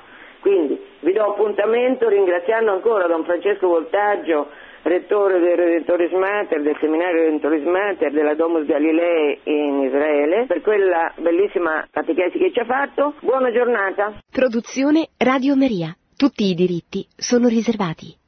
Speaker 2: Quindi vi do appuntamento ringraziando ancora Don Francesco Voltaggio, rettore del Redentores Mater, del seminario Redentores Mater della Domus Galilei in Israele, per quella bellissima catechesi che ci ha fatto. Buona giornata.
Speaker 1: Produzione Radio Maria. Tutti i diritti sono riservati.